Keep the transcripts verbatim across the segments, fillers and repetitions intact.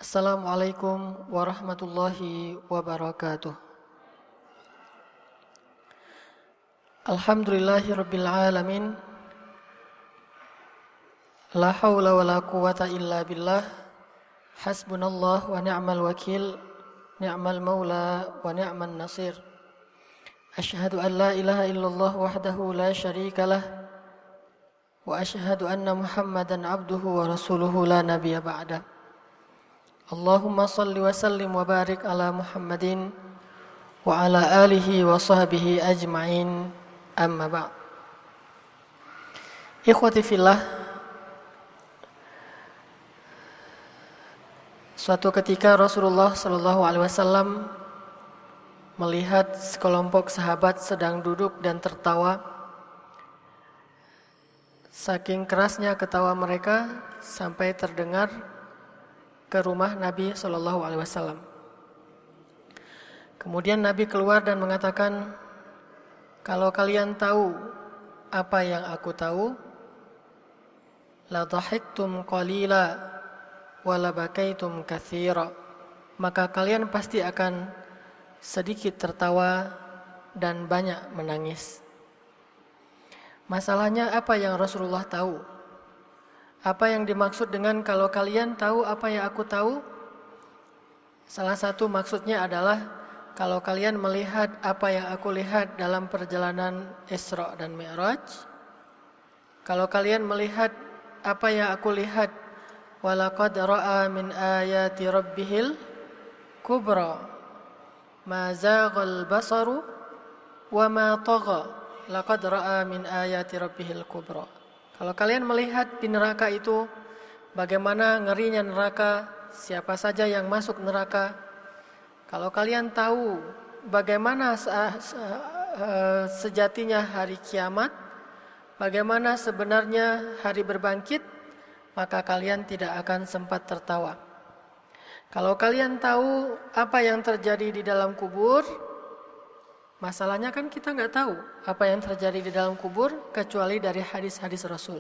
Assalamualaikum warahmatullahi wabarakatuh. Alhamdulillahi rabbil alamin. La hawla wa la quwata illa billah. Hasbunallah wa ni'mal wakil. Ni'mal maula wa ni'man nasir. Ashhadu an la ilaha illallah wahdahu la syarika lah. Wa ashhadu anna Muhammadan abduhu wa rasuluhu la nabiyya ba'da. Allahumma salli wa sallim wa barik ala Muhammadin wa ala alihi wa sahbihi ajma'in, amma ba'd. Ikhwati fillah, suatu ketika Rasulullah sallallahu alaihi wasallam melihat sekelompok sahabat sedang duduk dan tertawa. Saking kerasnya ketawa mereka sampai terdengar ke rumah Nabi shallallahu alaihi wasallam. Kemudian Nabi keluar dan mengatakan, kalau kalian tahu apa yang aku tahu, la dhahiktum qalila wa la bakaitum katsira, maka kalian pasti akan sedikit tertawa dan banyak menangis. Masalahnya apa yang Rasulullah tahu? Apa yang dimaksud dengan kalau kalian tahu apa yang aku tahu? Salah satu maksudnya adalah kalau kalian melihat apa yang aku lihat dalam perjalanan Isra dan Mi'raj. Kalau kalian melihat apa yang aku lihat, walaqad ra'a min ayati rabbihil kubra ma zaghal basaru wa ma tagha, laqad ra'a min ayati rabbihil kubra. Kalau kalian melihat di neraka itu bagaimana ngerinya neraka, siapa saja yang masuk neraka. Kalau kalian tahu bagaimana sejatinya hari kiamat, bagaimana sebenarnya hari berbangkit, maka kalian tidak akan sempat tertawa. Kalau kalian tahu apa yang terjadi di dalam kubur, masalahnya kan kita nggak tahu apa yang terjadi di dalam kubur kecuali dari hadis-hadis Rasul.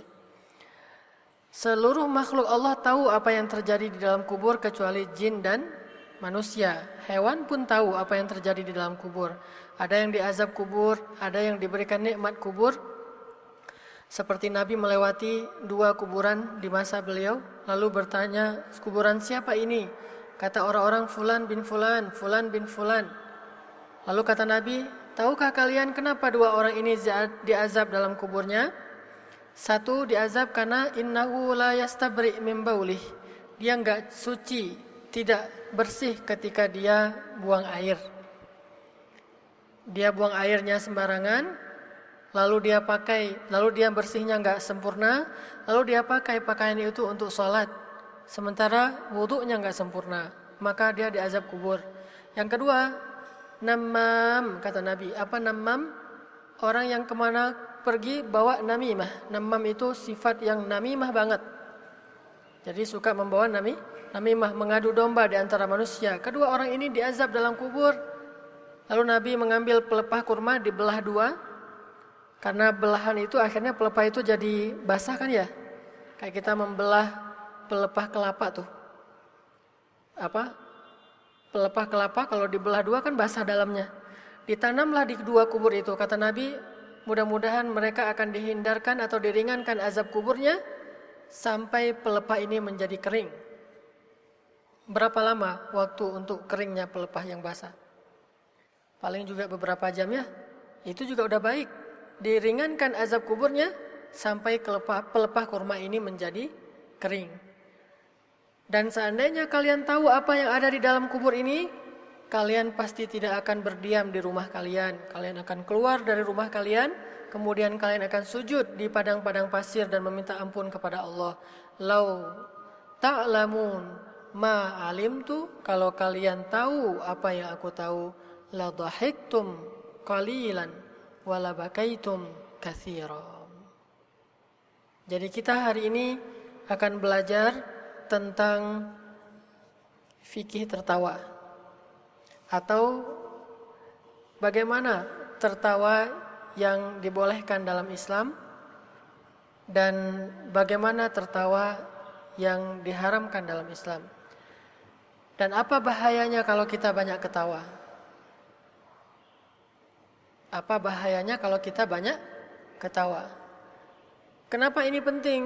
Seluruh makhluk Allah tahu apa yang terjadi di dalam kubur kecuali jin dan manusia. Hewan pun tahu apa yang terjadi di dalam kubur. Ada yang diazab kubur, ada yang diberikan nikmat kubur. Seperti Nabi melewati dua kuburan di masa beliau, lalu bertanya, kuburan siapa ini? Kata orang-orang, fulan bin fulan, fulan bin fulan. Lalu kata Nabi, tahukah kalian kenapa dua orang ini diazab dalam kuburnya? Satu diazab karena innahu la yastabri min baulih. Dia enggak suci, tidak bersih ketika dia buang air. Dia buang airnya sembarangan, lalu dia pakai, lalu dia bersihnya enggak sempurna, lalu dia pakai pakaian itu untuk sholat. Sementara wudunya enggak sempurna, maka dia diazab kubur. Yang kedua, namam, kata Nabi. Apa namam? Orang yang kemana pergi bawa namimah. Namam itu sifat yang namimah banget. Jadi suka membawa nami, namimah, mengadu domba di antara manusia. Kedua orang ini diazab dalam kubur. Lalu Nabi mengambil pelepah kurma, dibelah dua. Karena belahan itu akhirnya pelepah itu jadi basah kan ya. Kayak kita membelah pelepah kelapa tuh. Apa? Pelepah kelapa kalau dibelah dua kan basah dalamnya. Ditanamlah di kedua kubur itu. Kata Nabi, mudah-mudahan mereka akan dihindarkan atau diringankan azab kuburnya sampai pelepah ini menjadi kering. Berapa lama waktu untuk keringnya pelepah yang basah? Paling juga beberapa jam ya. Itu juga udah baik. Diringankan azab kuburnya sampai pelepah, pelepah kurma ini menjadi kering. Dan seandainya kalian tahu apa yang ada di dalam kubur ini, kalian pasti tidak akan berdiam di rumah kalian. Kalian akan keluar dari rumah kalian, kemudian kalian akan sujud di padang-padang pasir dan meminta ampun kepada Allah. Lau ta'lamun ma alimtu, kalau kalian tahu apa yang aku tahu, la dhahiktum qalilan wa la bakaitum katsira. Jadi kita hari ini akan belajar tentang fikih tertawa, atau bagaimana tertawa yang dibolehkan dalam Islam dan bagaimana tertawa yang diharamkan dalam Islam. Dan apa bahayanya kalau kita banyak ketawa? Apa bahayanya kalau kita banyak ketawa? Kenapa ini penting?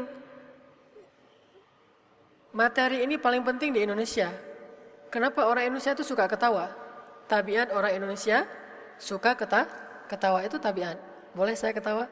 Materi ini paling penting di Indonesia. Kenapa orang Indonesia itu suka ketawa? Tabiat orang Indonesia suka keta ketawa, itu tabiat. Boleh saya ketawa?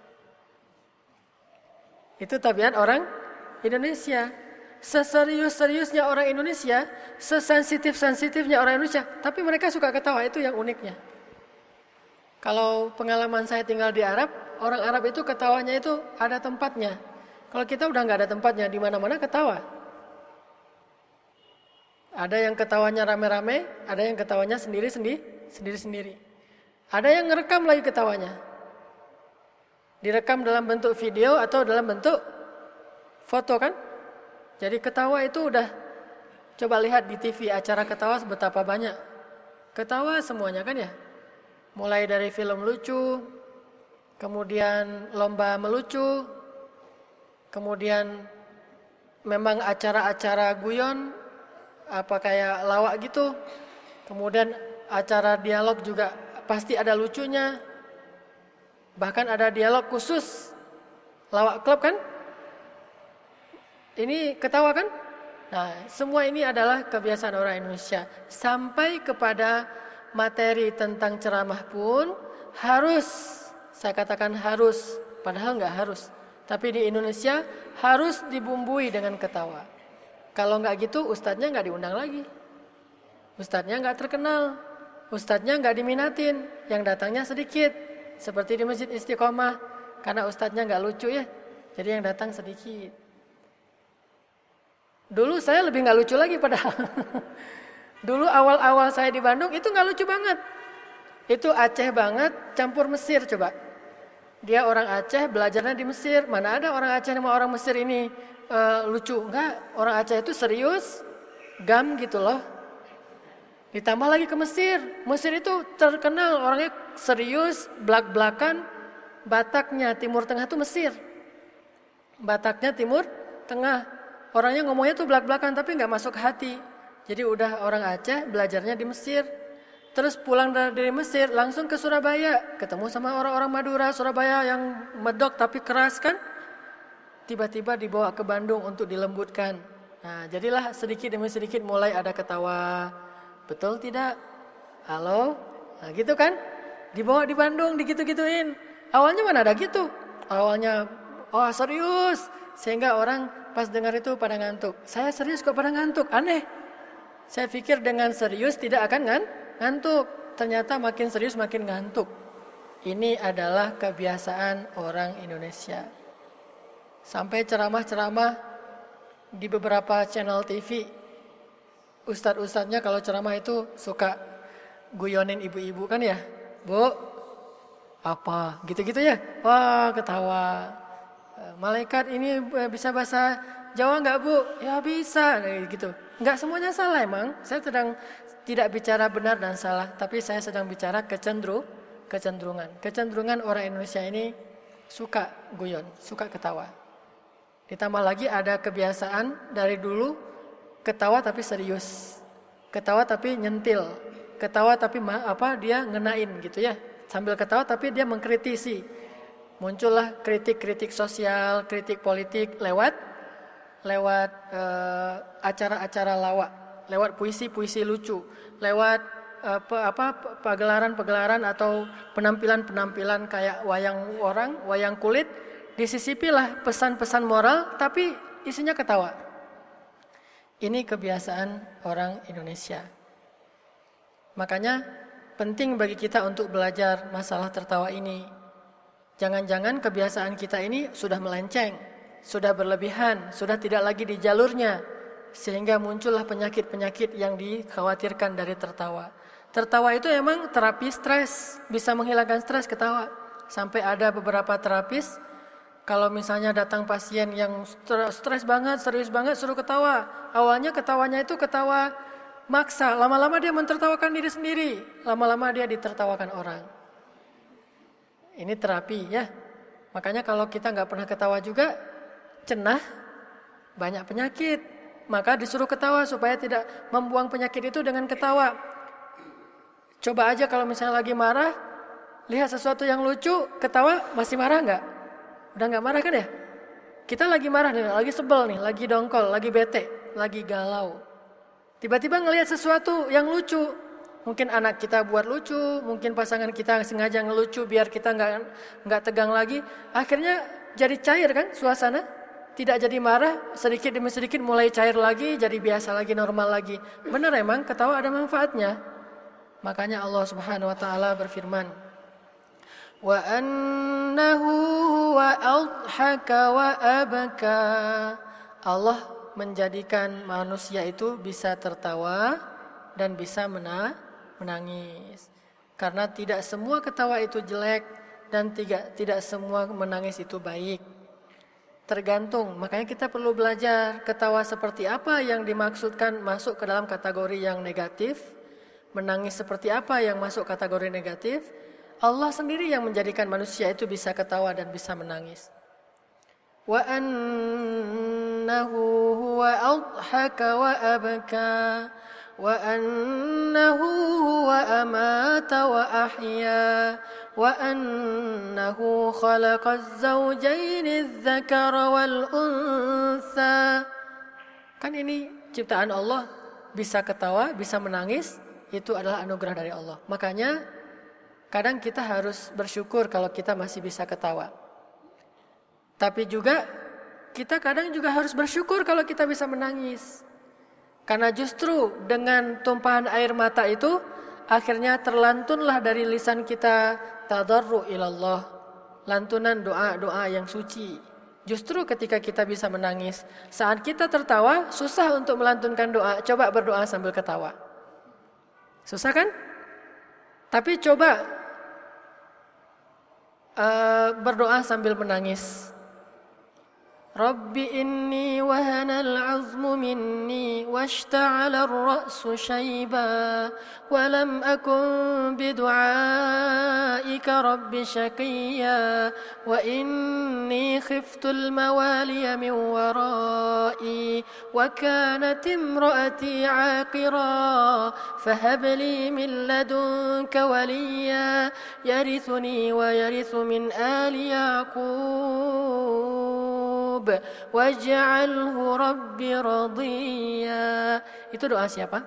Itu tabiat orang Indonesia. Seserius-seriusnya orang Indonesia, sesensitif-sensitifnya orang Indonesia, tapi mereka suka ketawa, itu yang uniknya. Kalau pengalaman saya tinggal di Arab, orang Arab itu ketawanya itu ada tempatnya. Kalau kita udah nggak ada tempatnya, di mana-mana ketawa. Ada yang ketawanya rame-rame, ada yang ketawanya sendiri-sendiri, sendiri-sendiri. Ada yang ngerekam lagi ketawanya. Direkam dalam bentuk video atau dalam bentuk foto kan? Jadi ketawa itu udah, coba lihat di T V acara ketawa betapa banyak. Ketawa semuanya kan ya. Mulai dari film lucu, kemudian lomba melucu, kemudian memang acara-acara guyon, apa kayak lawak gitu. Kemudian acara dialog juga pasti ada lucunya. Bahkan ada dialog khusus lawak klub kan? Ini ketawa kan? Nah, semua ini adalah kebiasaan orang Indonesia. Sampai kepada materi tentang ceramah pun harus, saya katakan harus, padahal nggak harus. Tapi di Indonesia harus dibumbui dengan ketawa. Kalau nggak gitu, ustadznya nggak diundang lagi. Ustadznya nggak terkenal, ustadznya nggak diminatin, yang datangnya sedikit. Seperti di Masjid Istiqomah, karena ustadznya nggak lucu ya, jadi yang datang sedikit. Dulu saya lebih nggak lucu lagi padahal. Dulu awal-awal saya di Bandung itu nggak lucu banget. Itu Aceh banget, campur Mesir coba. Dia orang Aceh, belajarnya di Mesir. Mana ada orang Aceh sama orang Mesir ini uh, lucu? Enggak, orang Aceh itu serius, gam gitu loh. Ditambah lagi ke Mesir. Mesir itu terkenal orangnya serius, belak-belakan. Bataknya Timur Tengah itu Mesir. Bataknya Timur Tengah. Orangnya ngomongnya tuh belak-belakan tapi nggak masuk hati. Jadi udah orang Aceh, belajarnya di Mesir. Terus pulang dari Mesir langsung ke Surabaya, ketemu sama orang-orang Madura, Surabaya yang medok tapi keras kan. Tiba-tiba dibawa ke Bandung untuk dilembutkan. Nah, jadilah sedikit demi sedikit mulai ada ketawa. Betul tidak? Halo? Nah, gitu kan? Dibawa di Bandung, digitu-gituin. Awalnya mana ada gitu? Awalnya, oh serius. Sehingga orang pas dengar itu pada ngantuk. Saya serius kok pada ngantuk, aneh. Saya pikir dengan serius tidak akan ngan, ngantuk. Ternyata makin serius makin ngantuk. Ini adalah kebiasaan orang Indonesia. Sampai ceramah-ceramah di beberapa channel T V, ustadz-ustadznya kalau ceramah itu suka guyonin ibu-ibu kan ya. Bu, apa? Gitu-gitu ya. Wah, ketawa. Malaikat ini bisa bahasa Jawa enggak bu? Ya bisa, gitu. Enggak semuanya salah emang. Saya sedang tidak bicara benar dan salah, tapi saya sedang bicara kecenderung, kecenderungan. Kecenderungan orang Indonesia ini suka guyon, suka ketawa. Ditambah lagi ada kebiasaan dari dulu ketawa tapi serius, ketawa tapi nyentil, ketawa tapi apa dia ngenain gitu ya. Sambil ketawa tapi dia mengkritisi. Muncullah kritik-kritik sosial, kritik politik lewat lewat uh, acara-acara lawak, lewat puisi-puisi lucu, lewat uh, pe, apa pagelaran-pagelaran atau penampilan-penampilan kayak wayang orang, wayang kulit, disisipilah pesan-pesan moral tapi isinya ketawa. Ini kebiasaan orang Indonesia. Makanya penting bagi kita untuk belajar masalah tertawa ini. Jangan-jangan kebiasaan kita ini sudah melenceng, sudah berlebihan, sudah tidak lagi di jalurnya. Sehingga muncullah penyakit-penyakit yang dikhawatirkan dari tertawa. Tertawa itu emang terapi stres, bisa menghilangkan stres ketawa. Sampai ada beberapa terapis, kalau misalnya datang pasien yang stres banget, serius banget, suruh ketawa. Awalnya ketawanya itu ketawa maksa, lama-lama dia mentertawakan diri sendiri. Lama-lama dia ditertawakan orang. Ini terapi ya. Makanya kalau kita nggak pernah ketawa juga, cenah, banyak penyakit. maka disuruh ketawa supaya tidak membuang penyakit itu dengan ketawa. Coba aja kalau misalnya lagi marah, lihat sesuatu yang lucu, ketawa, masih marah nggak? Udah nggak marah kan ya? Kita lagi marah nih, lagi sebel nih, lagi dongkol, lagi bete, lagi galau. Tiba-tiba ngelihat sesuatu yang lucu, mungkin anak kita buat lucu, mungkin pasangan kita sengaja ngelucu biar kita nggak nggak tegang lagi. Akhirnya jadi cair kan suasana, tidak jadi marah, sedikit demi sedikit mulai cair lagi, jadi biasa lagi, normal lagi. Benar emang ketawa ada manfaatnya. Makanya Allah Subhanahu Wa Taala berfirman, wa annahu wa adhaka wa abaka. Allah menjadikan manusia itu bisa tertawa dan bisa mena- menangis. Karena tidak semua ketawa itu jelek dan tidak tidak semua menangis itu baik. Tergantung, makanya kita perlu belajar ketawa seperti apa yang dimaksudkan masuk ke dalam kategori yang negatif, menangis seperti apa yang masuk kategori negatif. Allah sendiri yang menjadikan manusia itu bisa ketawa dan bisa menangis. Wa annahu huwa adhaka wa abka wa annahu huwa amata wa ahya wa annahu khalaqaz zawjaini adh-dhakara wal untha. Kan ini ciptaan Allah, bisa ketawa, bisa menangis, itu adalah anugerah dari Allah. Makanya kadang kita harus bersyukur kalau kita masih bisa ketawa. Tapi juga kita kadang juga harus bersyukur kalau kita bisa menangis. Karena justru dengan tumpahan air mata itu akhirnya terlantunlah dari lisan kita tadarru ilallah, lantunan doa-doa yang suci. Justru ketika kita bisa menangis, saat kita tertawa susah untuk melantunkan doa. Coba berdoa sambil ketawa. Susah kan? Tapi coba uh, berdoa sambil menangis. Rabbi inni wahana al-'azmu minni washta'ala ar-ra'su shayba wa lam akun bidu'aika rabbi shaqiyya wa inni khiftu al-mawaliya min wara'i wa kanat imra'ati 'aqira fahab li min ladunka waliyya yarithuni wa yarithu min ali yaqub waj'alhu rabbi radiyya. Itu doa siapa?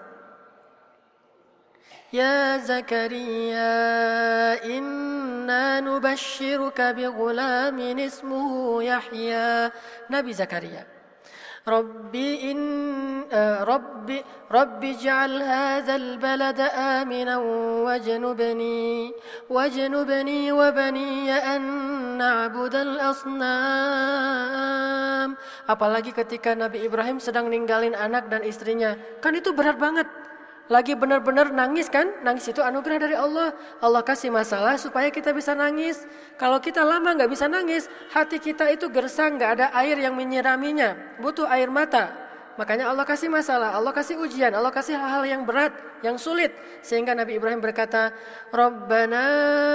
Ya Zakaria, inna nubashshiruka bighulamin ismuhu Yahya. Nabi Zakaria. Rabbi in uh, Rabbi Rabbi ij'al hadzal balada aminan wajnubni wajnubni wa baniya an na'budal asnam. Apalagi ketika Nabi Ibrahim sedang ninggalin anak dan istrinya, kan itu berat banget. Lagi benar-benar nangis kan? Nangis itu anugerah dari Allah. Allah kasih masalah supaya kita bisa nangis. Kalau kita lama nggak bisa nangis, hati kita itu gersang, nggak ada air yang menyiraminya. Butuh air mata. Makanya Allah kasih masalah, Allah kasih ujian, Allah kasih hal-hal yang berat, yang sulit. Sehingga Nabi Ibrahim berkata, Rabbana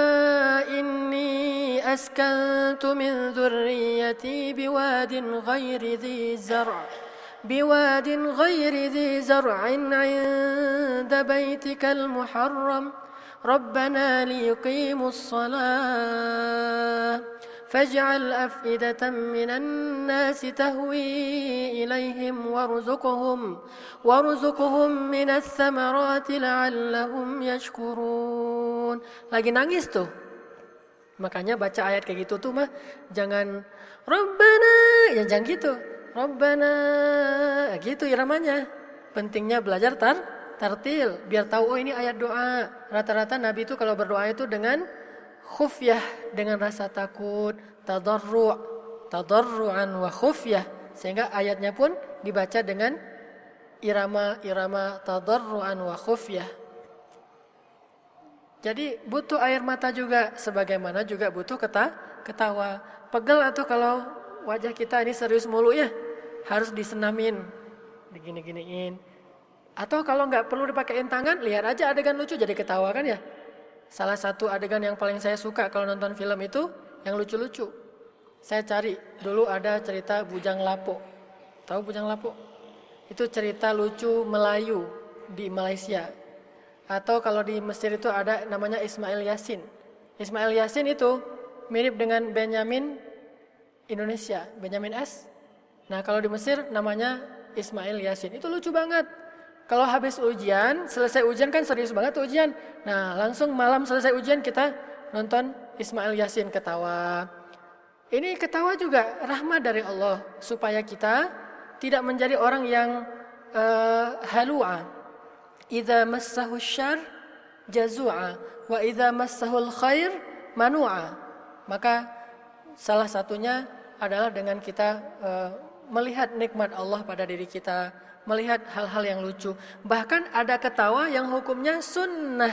inni askantu min dhurriyyati biwadin ghairi dhi zar' بواد غير ذي زرع عند بيتك المحرم ربنا ليقيموا الصلاة فاجعل أفئدة من الناس تهوي إليهم وارزقهم وارزقهم من الثمرات لعلهم يشكرون. Lagi nangis tuh. Makanya baca ayat kayak gitu tuh mah jangan Rabbana, ya jangan gitu. Rabbana, gitu iramanya. Pentingnya belajar tar, tartil, biar tahu oh ini ayat doa. Rata-rata Nabi itu kalau berdoa itu dengan khufyah, dengan rasa takut, tadarru', tadarru'an wa khufyah. Sehingga ayatnya pun dibaca dengan irama-irama tadarru'an wa khufyah. Jadi butuh air mata juga, sebagaimana juga butuh keta, ketawa. Pegel atau kalau wajah kita ini serius mulu ya, harus disenamin, digini-giniin. Atau kalau nggak perlu dipakein tangan, lihat aja adegan lucu jadi ketawa kan ya. Salah satu adegan yang paling saya suka kalau nonton film itu yang lucu-lucu. Saya cari dulu ada cerita Bujang Lapuk. Tahu Bujang Lapuk? Itu cerita lucu Melayu di Malaysia. Atau kalau di Mesir itu ada namanya Ismail Yasin. Ismail Yasin itu mirip dengan Benyamin Indonesia, Benyamin S. Nah kalau di Mesir namanya Ismail Yasin. Itu lucu banget. Kalau habis ujian, selesai ujian kan serius banget tuh ujian. Nah langsung malam selesai ujian kita nonton Ismail Yasin ketawa. Ini ketawa juga rahmat dari Allah supaya kita tidak menjadi orang yang uh, halu'a. Idza massahu syarr jazu'a wa idza massahul khair manu'a. Maka salah satunya adalah dengan kita uh, melihat nikmat Allah pada diri kita, melihat hal-hal yang lucu. Bahkan ada ketawa yang hukumnya sunnah.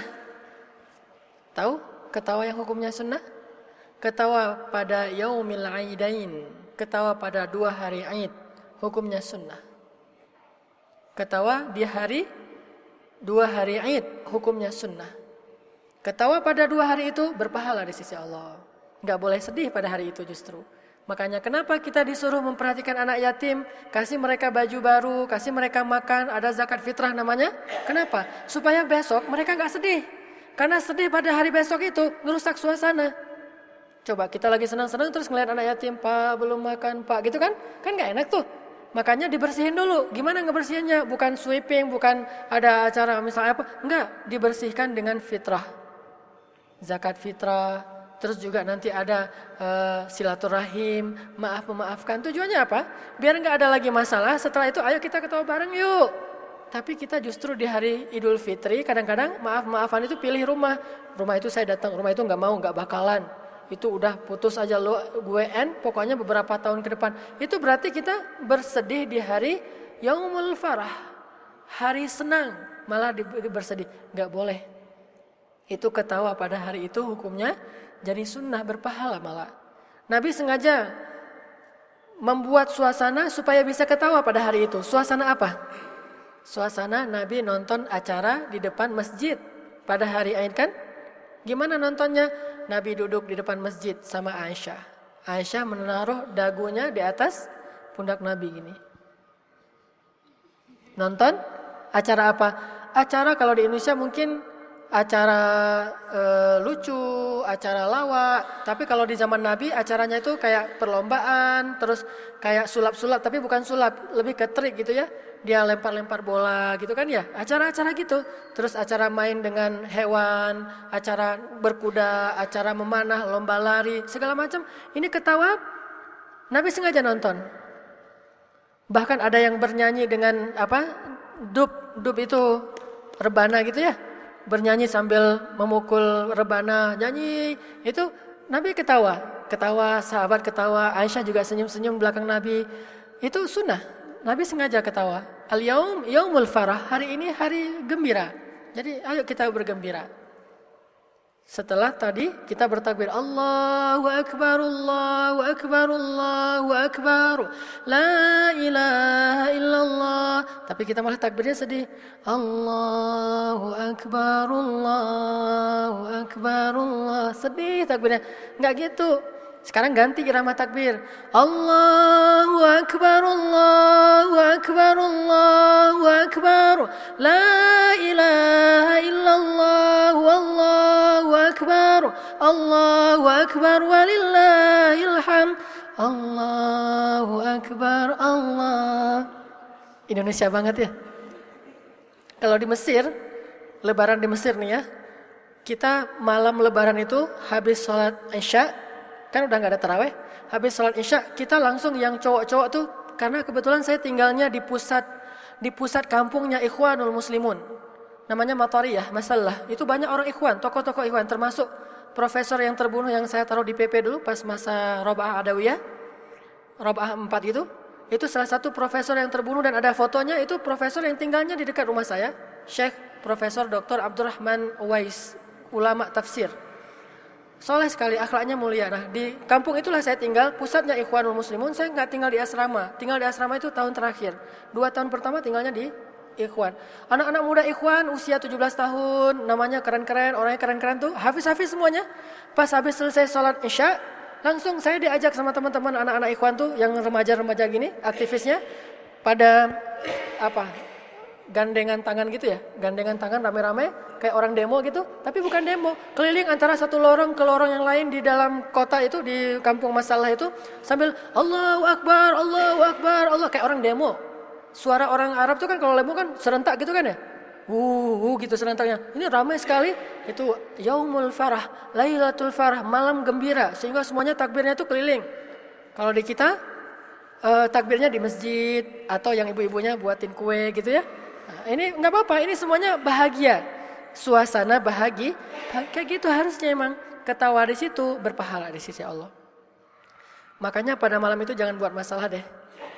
Tahu ketawa yang hukumnya sunnah? Ketawa pada yaumil aidain, ketawa pada dua hari Aid, hukumnya sunnah. Ketawa di hari dua hari Aid, hukumnya sunnah. Ketawa pada dua hari itu berpahala di sisi Allah. Enggak boleh sedih pada hari itu justru. Makanya kenapa kita disuruh memperhatikan anak yatim, kasih mereka baju baru, kasih mereka makan, ada zakat fitrah namanya. Kenapa? Supaya besok mereka enggak sedih. Karena sedih pada hari besok itu merusak suasana. Coba kita lagi senang-senang terus ngeliat anak yatim, Pak belum makan Pak, gitu kan? Kan gak enak tuh. Makanya dibersihin dulu. Gimana ngebersihinnya? Bukan sweeping, bukan ada acara misalnya apa. Enggak, dibersihkan dengan fitrah. Zakat fitrah. Terus juga nanti ada uh, silaturahim, maaf-memaafkan. Tujuannya apa? Biar gak ada lagi masalah. Setelah itu ayo kita ketawa bareng yuk. Tapi kita justru di hari Idul Fitri kadang-kadang maaf-maafan itu pilih rumah. Rumah itu saya datang, rumah itu gak mau, gak bakalan. Itu udah putus aja lo gue en pokoknya beberapa tahun ke depan. Itu berarti kita bersedih di hari Yaumul Farah, hari senang, malah bersedih. Gak boleh. Itu ketawa pada hari itu hukumnya jadi sunnah, berpahala malah. Nabi sengaja membuat suasana supaya bisa ketawa pada hari itu. Suasana apa? Suasana Nabi nonton acara di depan masjid pada hari Aid kan? Gimana nontonnya? Nabi duduk di depan masjid sama Aisyah. Aisyah menaruh dagunya di atas pundak Nabi gini. Nonton acara apa? Acara kalau di Indonesia mungkin acara e, lucu, acara lawak. Tapi kalau di zaman Nabi acaranya itu kayak perlombaan, terus kayak sulap-sulap, tapi bukan sulap, lebih ke trik gitu ya. Dia lempar-lempar bola gitu kan ya, acara-acara gitu. Terus acara main dengan hewan, acara berkuda, acara memanah, lomba lari, segala macam. Ini ketawa, Nabi sengaja nonton. Bahkan ada yang bernyanyi dengan apa? Dub, dub itu rebana gitu ya. Bernyanyi sambil memukul rebana, nyanyi. Itu Nabi ketawa, ketawa, sahabat ketawa, Aisyah juga senyum-senyum belakang Nabi. Itu sunnah. Nabi sengaja ketawa. Al-yaum yaumul farah, hari ini hari gembira. Jadi ayo kita bergembira. Setelah tadi kita bertakbir Allahu akbar, Allahu akbar, Allahu akbar. La ilaha illallah. Tapi kita malah takbirnya sedih. Allahu akbar, Allahu akbar, Allah. Sedih takbirnya. Enggak gitu. Sekarang ganti irama takbir. Allahu akbar, Allahu akbar, Allahu akbar. La ilaha illallah, wallahu akbar. Allahu akbar walillahil hamd. Allahu akbar, Allah. Indonesia banget ya. Kalau di Mesir, lebaran di Mesir nih ya. Kita malam lebaran itu habis sholat Isya, kan udah gak ada taraweh, habis sholat Isya kita langsung yang cowok-cowok tuh, karena kebetulan saya tinggalnya di pusat di pusat kampungnya Ikhwanul Muslimun, namanya Matariyah, Masallah. Itu banyak orang Ikhwan, tokoh-tokoh Ikhwan, termasuk profesor yang terbunuh yang saya taruh di P P dulu pas masa Roba'ah Adawiyah, Roba'ah empat itu. Itu salah satu profesor yang terbunuh dan ada fotonya. Itu profesor yang tinggalnya di dekat rumah saya, Syekh Profesor Doktor Abdurrahman Uwais, ulama tafsir. Soleh sekali, akhlaknya mulia. Nah, di kampung itulah saya tinggal, pusatnya Ikhwanul Muslimun. Saya nggak tinggal di asrama. Tinggal di asrama itu tahun terakhir. Dua tahun pertama tinggalnya di Ikhwan. Anak-anak muda Ikhwan, usia tujuh belas tahun, namanya keren-keren, orangnya keren-keren tuh, hafiz-hafiz semuanya. Pas habis selesai sholat Isya, langsung saya diajak sama teman-teman anak-anak Ikhwan tuh, yang remaja-remaja gini, aktivisnya. pada apa? Gandengan tangan gitu ya, gandengan tangan rame-rame kayak orang demo gitu, tapi bukan demo, keliling antara satu lorong ke lorong yang lain di dalam kota itu, di kampung Masalah itu, sambil Allahu Akbar, Allahu Akbar, Allah, kayak orang demo. Suara orang Arab tuh kan kalau demo kan serentak gitu kan ya, wuh, wuh gitu serentaknya. Ini ramai sekali, itu Yaumul Farah, Lailatul Farah, malam gembira, sehingga semuanya takbirnya tuh keliling. Kalau di kita uh, takbirnya di masjid atau yang ibu-ibunya buatin kue gitu ya. Nah, ini nggak apa-apa, ini semuanya bahagia, suasana bahagia, kayak gitu harusnya emang. Ketawa di situ berpahala di sisi Allah. Makanya pada malam itu jangan buat masalah deh.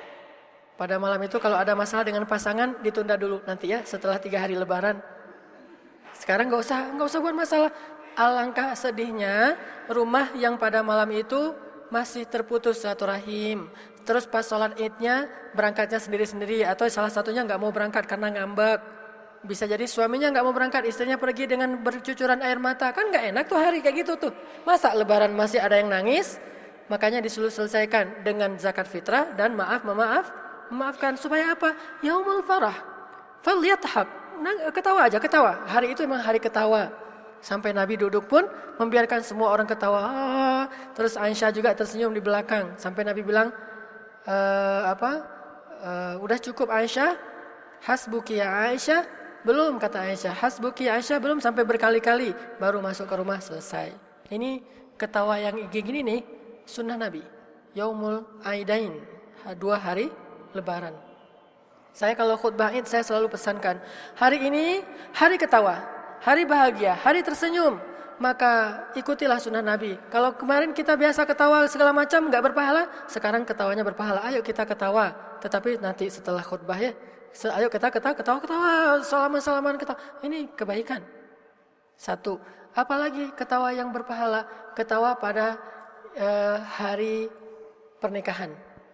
Pada malam itu kalau ada masalah dengan pasangan ditunda dulu nanti ya, setelah tiga hari Lebaran. Sekarang nggak usah nggak usah buat masalah. Alangkah sedihnya rumah yang pada malam itu masih terputus silaturahim. Terus pas sholat idnya berangkatnya sendiri-sendiri, atau salah satunya nggak mau berangkat karena ngambek. Bisa jadi suaminya nggak mau berangkat, istrinya pergi dengan bercucuran air mata. Kan nggak enak tuh hari kayak gitu tuh. Masa Lebaran masih ada yang nangis? Makanya disuruh selesaikan dengan zakat fitrah dan maaf memaaf memaafkan. Supaya apa? Yaumul farah, falyadhak, ketawa aja, ketawa. Hari itu memang hari ketawa. Sampai Nabi duduk pun membiarkan semua orang ketawa. Terus Aisyah juga tersenyum di belakang. Sampai Nabi bilang, e, apa? E, udah cukup Aisyah? Hasbuki ya Aisyah? Belum, kata Aisyah. Hasbuki ya Aisyah belum, sampai berkali-kali. Baru masuk ke rumah selesai. Ini ketawa yang gini nih, sunnah Nabi. Yaumul Aidain, dua hari Lebaran. Saya kalau khutbah Id saya selalu pesankan, hari ini hari ketawa, hari bahagia, hari tersenyum, maka ikutilah sunnah Nabi. Kalau kemarin kita biasa ketawa segala macam nggak berpahala, sekarang ketawanya berpahala. Ayo kita ketawa, tetapi nanti setelah khutbah ya, ayo kita ketawa, ketawa, ketawa, salaman-salaman ketawa. Ini kebaikan. Satu, apalagi ketawa yang berpahala, ketawa pada uh, hari pernikahan.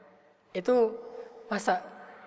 Itu masa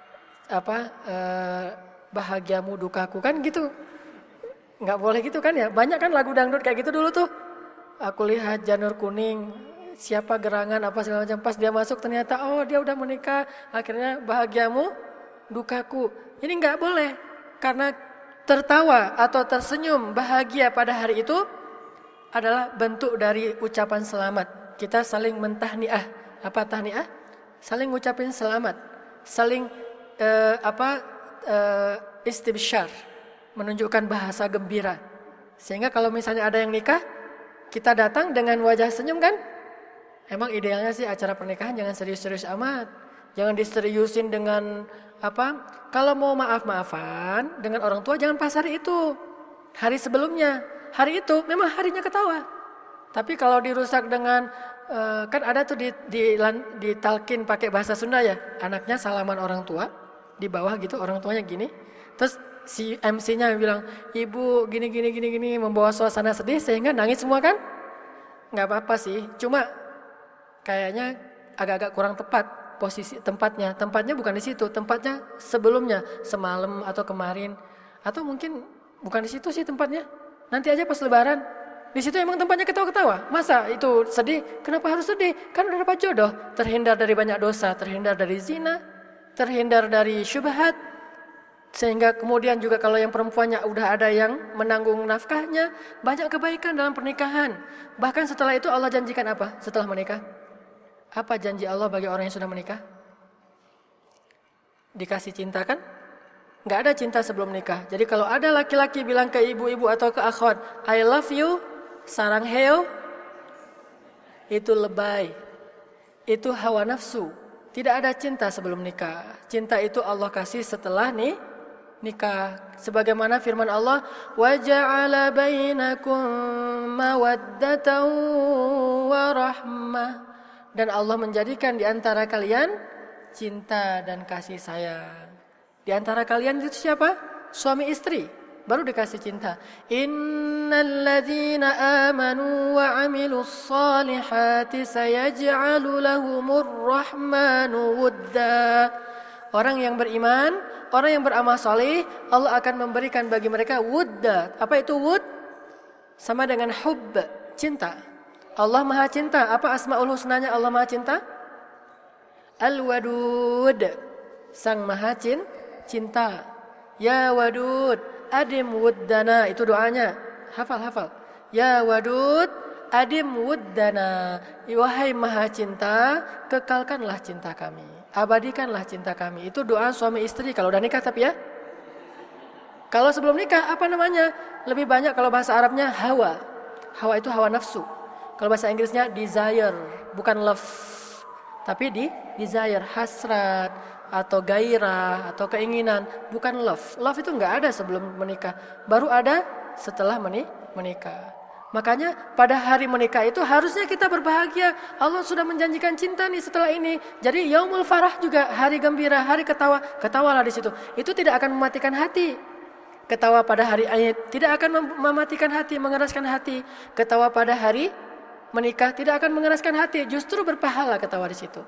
apa uh, bahagiamu dukaku kan gitu. Nggak boleh gitu kan ya. Banyak kan lagu dangdut kayak gitu dulu tuh. Aku lihat janur kuning, siapa gerangan apa segala macam. Pas dia masuk ternyata oh dia udah menikah. Akhirnya bahagiamu dukaku. Ini nggak boleh. Karena tertawa atau tersenyum bahagia pada hari itu adalah bentuk dari ucapan selamat. Kita saling mentahniah. Apa tahniah? Saling ngucapin selamat. Saling uh, apa uh, istibsyar. Menunjukkan bahasa gembira. Sehingga kalau misalnya ada yang nikah, kita datang dengan wajah senyum kan? Emang idealnya sih acara pernikahan jangan serius-serius amat. Jangan diseriusin dengan apa? Kalau mau maaf-maafan dengan orang tua jangan pas hari itu. Hari sebelumnya. Hari itu memang harinya ketawa. Tapi kalau dirusak dengan uh, kan ada tuh di, di, di talkin pakai bahasa Sunda ya. Anaknya salaman orang tua di bawah gitu, orang tuanya gini. Terus si M C-nya bilang, ibu gini gini gini gini, membawa suasana sedih sehingga nangis semua kan? Nggak apa-apa sih, cuma kayaknya agak-agak kurang tepat posisi tempatnya. Tempatnya bukan di situ, tempatnya sebelumnya, semalam atau kemarin, atau mungkin bukan di situ sih tempatnya. Nanti aja pas Lebaran, di situ emang tempatnya ketawa-ketawa. Masa itu sedih? Kenapa harus sedih? Kan udah dapat jodoh, terhindar dari banyak dosa, terhindar dari zina, terhindar dari syubhat. Sehingga kemudian juga kalau yang perempuannya udah ada yang menanggung nafkahnya, banyak kebaikan dalam pernikahan. Bahkan setelah itu Allah janjikan apa setelah menikah? Apa janji Allah bagi orang yang sudah menikah? Dikasih cinta kan? Nggak ada cinta sebelum nikah. Jadi kalau ada laki-laki bilang ke ibu-ibu atau ke akhwat, I love you, sarang heo, itu lebay. Itu hawa nafsu. Tidak ada cinta sebelum nikah. Cinta itu Allah kasih setelah nih nikah. Sebagaimana firman Allah, wa ja'ala bainakum mawaddatan wa rahmah. Dan Allah menjadikan di antara kalian cinta dan kasih sayang. Di antara kalian itu siapa? Suami istri. Baru dikasih cinta. Innal ladzina amanu wa 'amilus solihati sayaj'alu lahumur rahmanu wudda. Orang yang beriman, orang yang beramal soleh, Allah akan memberikan bagi mereka wudda. Apa itu wud? Sama dengan hubb, cinta. Allah Maha Cinta. Apa asmaul husnanya Allah Maha Cinta? Al-Wadud. Sang Maha Cin, Cinta. Ya Wadud, adim wuddana. Itu doanya. Hafal, hafal. Ya Wadud, adim wuddana. Wahai Maha Cinta, kekalkanlah cinta kami. Abadikanlah cinta kami. Itu doa suami istri kalau udah nikah tapi ya. Kalau sebelum nikah apa namanya? Lebih banyak kalau bahasa Arabnya hawa. Hawa itu hawa nafsu. Kalau bahasa Inggrisnya desire, bukan love. Tapi di desire, hasrat atau gairah atau keinginan, bukan love. Love itu enggak ada sebelum menikah. Baru ada setelah menikah. Makanya pada hari menikah itu harusnya kita berbahagia. Allah sudah menjanjikan cinta nih setelah ini. Jadi yaumul farah juga hari gembira, hari ketawa. Ketawalah di situ. Itu tidak akan mematikan hati. Ketawa pada hari ayat tidak akan mematikan hati, mengeraskan hati. Ketawa pada hari menikah tidak akan mengeraskan hati, justru berpahala ketawa di situ.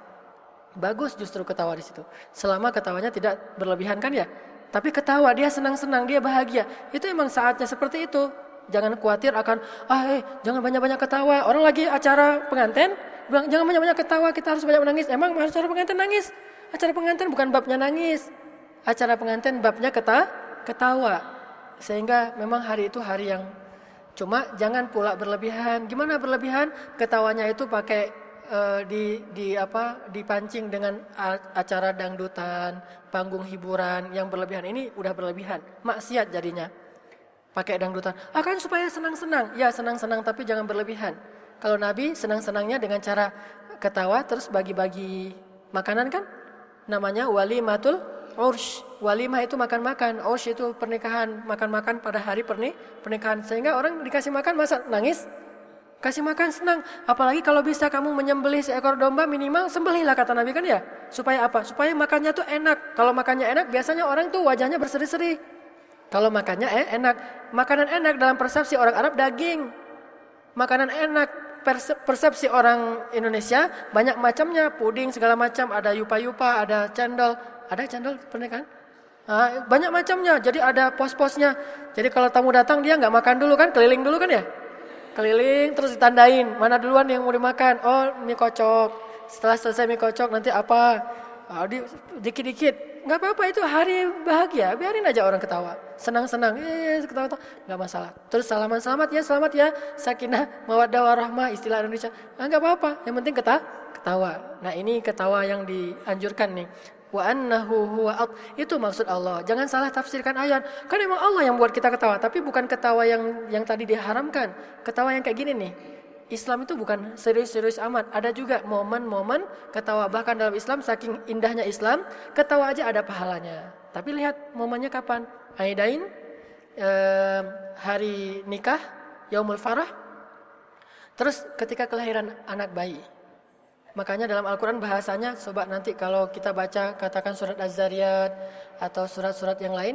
Bagus justru ketawa di situ. Selama ketawanya tidak berlebihan kan ya. Tapi ketawa dia senang-senang, dia bahagia. Itu emang saatnya seperti itu. Jangan khawatir akan ah eh jangan banyak-banyak ketawa. Orang lagi acara pengantin bilang jangan banyak-banyak ketawa, kita harus banyak menangis. Emang acara pengantin nangis? Acara pengantin bukan babnya nangis. Acara pengantin babnya keta ketawa. Sehingga memang hari itu hari yang cuma jangan pula berlebihan. Gimana berlebihan? Ketawanya itu pakai uh, di di apa? dipancing dengan acara dangdutan, panggung hiburan yang berlebihan. Ini udah berlebihan. Maksiat jadinya. Pakai dangdutan. Akan supaya senang-senang. Ya, senang-senang tapi jangan berlebihan. Kalau Nabi senang-senangnya dengan cara ketawa terus bagi-bagi makanan kan? Namanya walimatul Ursh. Walimah itu makan-makan, ursh itu pernikahan, makan-makan pada hari perni, pernikahan. Sehingga orang dikasih makan masa nangis? Kasih makan senang. Apalagi kalau bisa kamu menyembelih seekor domba minimal sembelihlah kata Nabi kan ya. Supaya apa? Supaya makannya tuh enak. Kalau makannya enak biasanya orang tuh wajahnya berseri-seri. Kalau makannya eh, enak. Makanan enak dalam persepsi orang Arab daging. Makanan enak persepsi orang Indonesia banyak macamnya, puding segala macam, ada yupa-yupa, ada cendol. Ada cendol pernikahan? Nah, banyak macamnya. Jadi ada pos-posnya. Jadi kalau tamu datang dia nggak makan dulu kan, keliling dulu kan ya? Keliling terus ditandain mana duluan yang mau dimakan. Oh mie kocok. Setelah selesai mie kocok nanti apa? Oh, di, dikit-dikit. Nggak apa-apa itu hari bahagia. Biarin aja orang ketawa. Senang-senang. Eh ketawa-ketawa. Nggak masalah. Terus salaman selamat ya, selamat ya. Sakinah, mawaddah warahmah istilah Indonesia. Ah, nggak apa-apa. Yang penting keta, ketawa. Nah ini ketawa yang dianjurkan nih. Wa annahu huwa at. Itu maksud Allah. Jangan salah tafsirkan ayat. Kan memang Allah yang buat kita ketawa, tapi bukan ketawa yang yang tadi diharamkan. Ketawa yang kayak gini nih. Islam itu bukan serius-serius amat. Ada juga momen-momen ketawa. Bahkan dalam Islam saking indahnya Islam, ketawa aja ada pahalanya. Tapi lihat momennya kapan? Aidain, eh, hari nikah, yaumul farah. Terus ketika kelahiran anak bayi. Makanya dalam Al-Quran bahasanya, coba nanti kalau kita baca katakan surat Az-Zariyat atau surat-surat yang lain,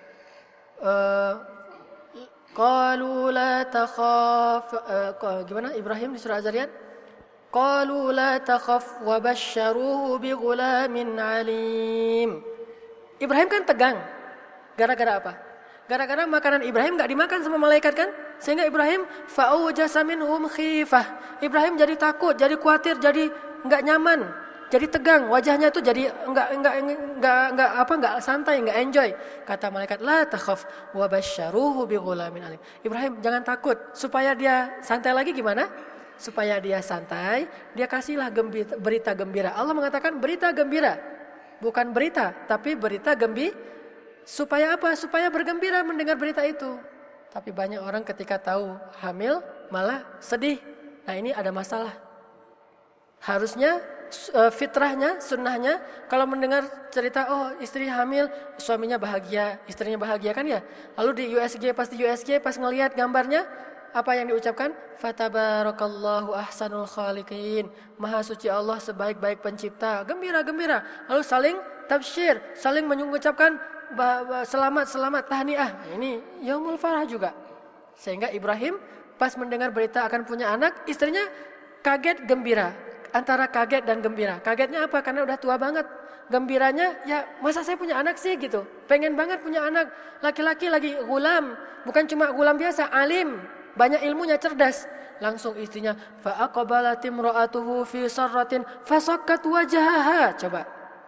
qalu la takhaf, gimana Ibrahim di surat Az-Zariyat? Qalu la takhaf wa basyaruhu bi ghulamin alim. Ibrahim kan tegang. Gara-gara apa? Gara-gara makanan Ibrahim enggak dimakan sama malaikat kan? Sehingga Ibrahim fa'awjasa minhum khifah. Ibrahim jadi takut, jadi khawatir, jadi enggak nyaman, jadi tegang, wajahnya itu jadi enggak enggak enggak enggak apa enggak santai, enggak enjoy. Kata malaikat, "La takhaf wa basyaruhu bi ghulamin alim." Ibrahim jangan takut, supaya dia santai lagi gimana? Supaya dia santai, dia kasihlah gembira, berita gembira. Allah mengatakan berita gembira. Bukan berita, tapi berita gembira. Supaya apa? Supaya bergembira mendengar berita itu. Tapi banyak orang ketika tahu hamil malah sedih. Nah ini ada masalah. Harusnya fitrahnya, sunnahnya kalau mendengar cerita oh istri hamil, suaminya bahagia, istrinya bahagia kan ya. Lalu di U S G pas di U S G pas ngelihat gambarnya apa yang diucapkan? Fatabarakallahu ahsanul khaliqin. Maha suci Allah sebaik-baik pencipta. Gembira-gembira. Lalu saling tabsyir, saling mengucapkan selamat selamat tahniah. Ini yaumul farah juga. Sehingga Ibrahim pas mendengar berita akan punya anak, istrinya kaget gembira. Antara kaget dan gembira. Kagetnya apa? Karena udah tua banget. Gembiranya ya masa saya punya anak sih gitu. Pengen banget punya anak. Laki-laki lagi gulam, bukan cuma gulam biasa, alim, banyak ilmunya, cerdas. Langsung istrinya fa aqbalat imra'atuhu fi sarratin fasakkat wajhaha. Coba.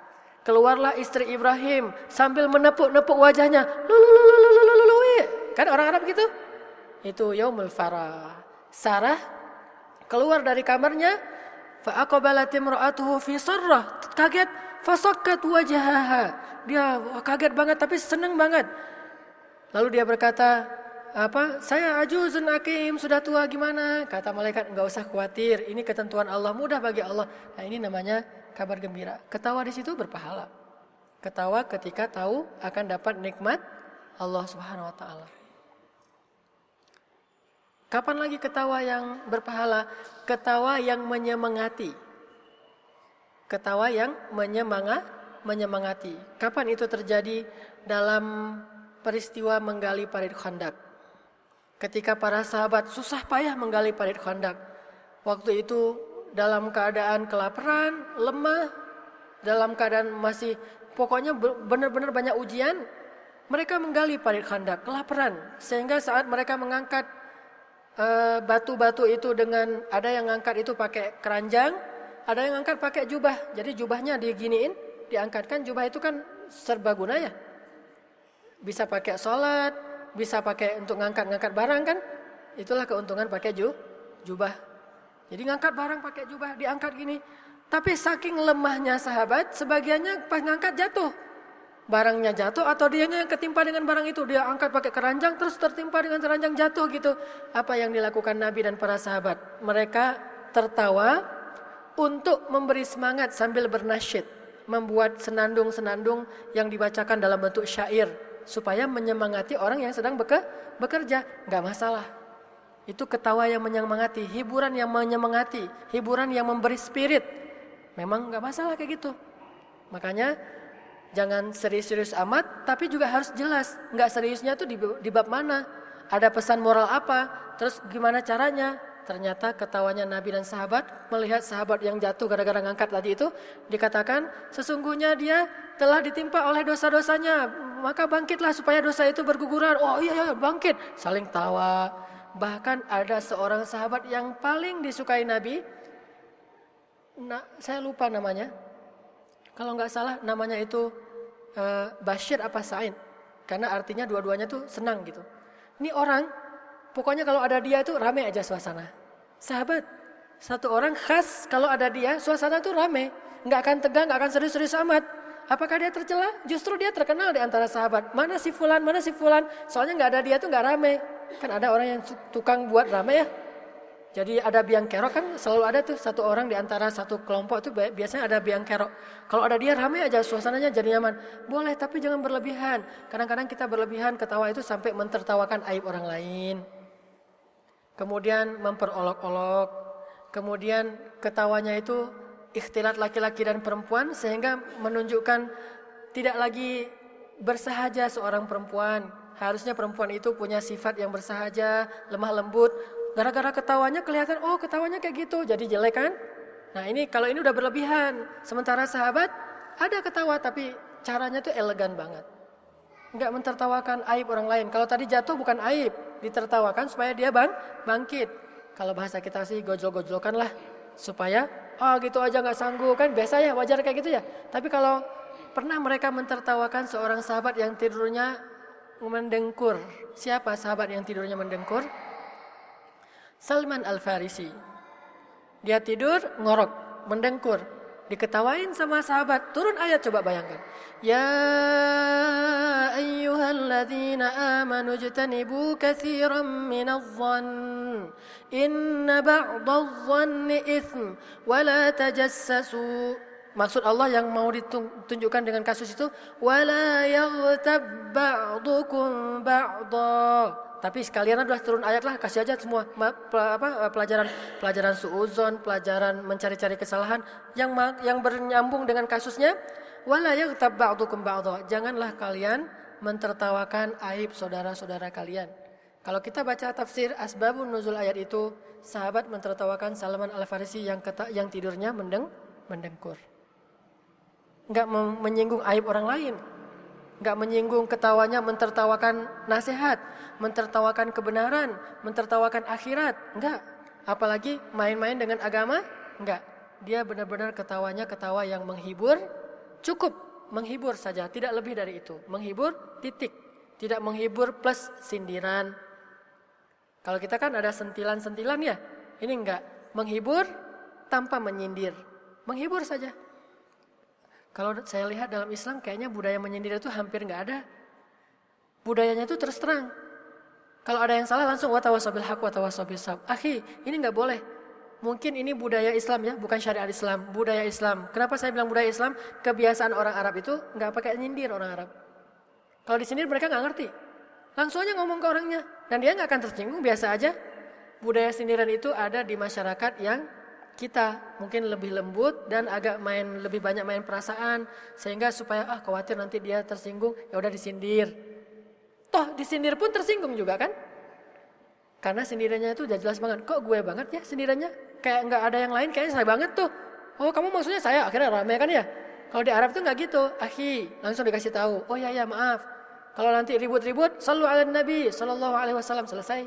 Keluarlah istri Ibrahim sambil menepuk-nepuk wajahnya. Lululululululului. Kan orang Arab gitu? Itu yaumul farah. Sarah keluar dari kamarnya, fa aqbalat imra'atuhu fi sarrah. Kaget, fasakkat wajhaha. Dia kaget banget tapi senang banget. Lalu dia berkata, apa? Saya ajuzun akim, sudah tua gimana? Kata malaikat, enggak usah khawatir. Ini ketentuan Allah, mudah bagi Allah. Nah, ini namanya kabar gembira. Ketawa di situ berpahala. Ketawa ketika tahu akan dapat nikmat Allah Subhanahu wa taala. Kapan lagi ketawa yang berpahala? Ketawa yang menyemangati. Ketawa yang menyemanga, menyemangati. Kapan itu terjadi? Dalam peristiwa menggali parit Khandaq. Ketika para sahabat susah payah menggali parit Khandaq. Waktu itu dalam keadaan kelaparan, lemah, dalam keadaan masih pokoknya benar-benar banyak ujian, mereka menggali parit Khandaq, kelaparan, sehingga saat mereka mengangkat uh, batu-batu itu dengan ada yang ngangkat itu pakai keranjang, ada yang ngangkat pakai jubah. Jadi jubahnya diginiin, diangkatkan. Jubah itu kan serbaguna ya. Bisa pakai sholat, bisa pakai untuk ngangkat-ngangkat barang kan. Itulah keuntungan pakai ju, jubah. Jadi ngangkat barang pakai jubah, diangkat gini. Tapi saking lemahnya sahabat, sebagiannya pas ngangkat jatuh. Barangnya jatuh atau dianya yang ketimpa dengan barang itu. Dia angkat pakai keranjang terus tertimpa dengan keranjang jatuh gitu. Apa yang dilakukan Nabi dan para sahabat? Mereka tertawa untuk memberi semangat sambil bernasyid. Membuat senandung-senandung yang dibacakan dalam bentuk syair. Supaya menyemangati orang yang sedang bekerja. Gak masalah. Itu ketawa yang menyemangati, hiburan yang menyemangati, hiburan yang memberi spirit. Memang gak masalah kayak gitu. Makanya jangan serius-serius amat, tapi juga harus jelas. Gak seriusnya tuh di, di bab mana, ada pesan moral apa, terus gimana caranya. Ternyata ketawanya Nabi dan sahabat melihat sahabat yang jatuh gara-gara ngangkat tadi itu, dikatakan sesungguhnya dia telah ditimpa oleh dosa-dosanya, maka bangkitlah supaya dosa itu berguguran. Oh iya, iya bangkit, saling tawa. Bahkan ada seorang sahabat yang paling disukai Nabi, nah, saya lupa namanya. Kalau nggak salah namanya itu uh, Bashir apa Sa'id, karena artinya dua-duanya tuh senang gitu. Ini orang, pokoknya kalau ada dia tuh rame aja suasana. Sahabat, satu orang khas kalau ada dia suasana tuh rame, nggak akan tegang, nggak akan serius-serius amat. Apakah dia tercela? Justru dia terkenal di antara sahabat. Mana si fulan, mana si fulan. Soalnya nggak ada dia tuh nggak rame. Kan ada orang yang tukang buat rame ya. Jadi ada biang kerok kan selalu ada tuh satu orang di antara satu kelompok tuh biasanya ada biang kerok. Kalau ada dia rame aja suasananya jadi nyaman. Boleh tapi jangan berlebihan. Kadang-kadang kita berlebihan ketawa itu sampai mentertawakan aib orang lain. Kemudian memperolok-olok. Kemudian ketawanya itu ikhtilat laki-laki dan perempuan sehingga menunjukkan tidak lagi bersahaja seorang perempuan. Harusnya perempuan itu punya sifat yang bersahaja, lemah lembut. Gara-gara ketawanya kelihatan, oh ketawanya kayak gitu, jadi jelek kan? Nah ini kalau ini udah berlebihan. Sementara sahabat ada ketawa tapi caranya tuh elegan banget. Enggak mentertawakan aib orang lain. Kalau tadi jatuh bukan aib, ditertawakan supaya dia bang, bangkit. Kalau bahasa kita sih gojol-gojolkan lah. Supaya, oh gitu aja gak sanggup kan biasa ya, wajar kayak gitu ya. Tapi kalau pernah mereka mentertawakan seorang sahabat yang tidurnya mendengkur. Siapa sahabat yang tidurnya mendengkur? Salman Al-Farisi. Dia tidur ngorok, mendengkur. Diketawain sama sahabat. Turun ayat coba bayangkan. Ya ayyuhalladzina amanu jtanibu katsiran minadh-dhann inna ba'dadh-dhanni itsm wa la tajassasu. Maksud Allah yang mau ditunjukkan dengan kasus itu wala yaghtab ba'dukum ba'dha. Tapi sekalian udah turun ayat lah, kasih aja semua apa pelajaran pelajaran suudzon, pelajaran mencari-cari kesalahan yang yang bernyambung dengan kasusnya. Wala yaghtab ba'dukum ba'dha. Janganlah kalian mentertawakan aib saudara-saudara kalian. Kalau kita baca tafsir asbabun nuzul ayat itu, sahabat mentertawakan Salman Al-Farisi yang keta, yang tidurnya mendeng mendengkur. Enggak menyinggung aib orang lain. Enggak menyinggung ketawanya mentertawakan nasihat, mentertawakan kebenaran, mentertawakan akhirat. Enggak. Apalagi main-main dengan agama? Enggak. Dia benar-benar ketawanya ketawa yang menghibur, cukup menghibur saja, tidak lebih dari itu. Menghibur titik, tidak menghibur plus sindiran. Kalau kita kan ada sentilan-sentilan ya, ini enggak. Menghibur tanpa menyindir, menghibur saja. Kalau saya lihat dalam Islam kayaknya budaya menyindir itu hampir enggak ada. Budayanya itu terus terang. Kalau ada yang salah langsung watawasau bil haq watawasau bis sabr. Akhi, ini enggak boleh. Mungkin ini budaya Islam ya, bukan syariat Islam, budaya Islam. Kenapa saya bilang budaya Islam? Kebiasaan orang Arab itu enggak pakai nyindir orang Arab. Kalau disindir mereka enggak ngerti. Langsung aja ngomong ke orangnya dan dia enggak akan tersinggung, biasa aja. Budaya sindiran itu ada di masyarakat yang kita mungkin lebih lembut dan agak main lebih banyak main perasaan sehingga supaya ah khawatir nanti dia tersinggung, ya udah disindir. Toh disindir pun tersinggung juga kan? Karena sindirannya itu udah jelas banget. Kok gue banget ya sindirannya? Kayak enggak ada yang lain, kayaknya saya banget tuh. Oh, kamu maksudnya saya, akhirnya ramai kan ya? Kalau di Arab itu enggak gitu. Akhi, langsung dikasih tahu. Oh ya ya, maaf. Kalau nanti ribut-ribut, sallu ala nabi sallallahu alaihi wasallam, selesai.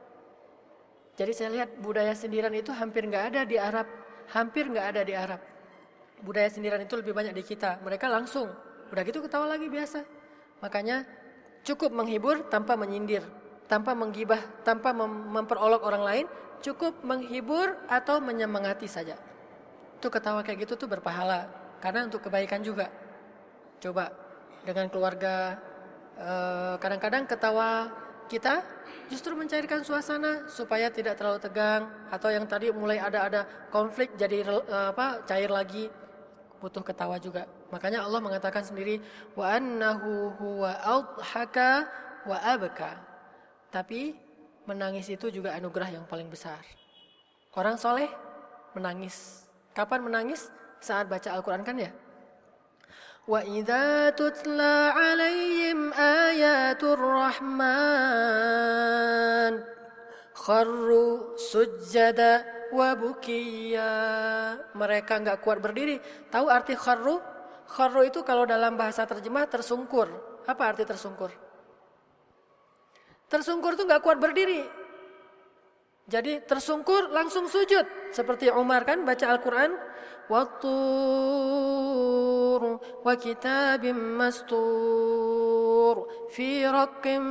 Jadi saya lihat budaya sindiran itu hampir enggak ada di Arab. Hampir enggak ada di Arab. Budaya sindiran itu lebih banyak di kita. Mereka langsung, udah gitu ketawa lagi biasa. Makanya cukup menghibur tanpa menyindir, tanpa menggibah, tanpa mem- memperolok orang lain. Cukup menghibur atau menyemangati saja. Itu ketawa kayak gitu tuh berpahala. Karena untuk kebaikan juga. Coba dengan keluarga, eh, kadang-kadang ketawa kita justru mencairkan suasana supaya tidak terlalu tegang. Atau yang tadi mulai ada-ada konflik jadi eh, apa cair lagi. Butuh ketawa juga. Makanya Allah mengatakan sendiri, wa annahu huwa adhaka wa abka. Tapi menangis itu juga anugerah yang paling besar. Orang soleh menangis. Kapan menangis? Saat baca Al-Quran kan ya? Wa idza tutla alaihim ayatul rahman kharru sujjada wa bukiya. Mereka enggak kuat berdiri. Tahu arti kharru? Kharru itu kalau dalam bahasa terjemah tersungkur. Apa arti tersungkur? Tersungkur itu enggak kuat berdiri. Jadi tersungkur langsung sujud. Seperti Umar kan baca Al-Quran. Wattur wa kitabim mastur fi raqqim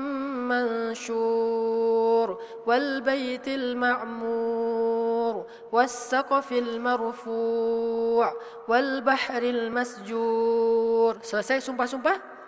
mansyur wal baitil ma'mur was saqafil marfu' wal bahril masjur. Selesai sumpah-sumpah.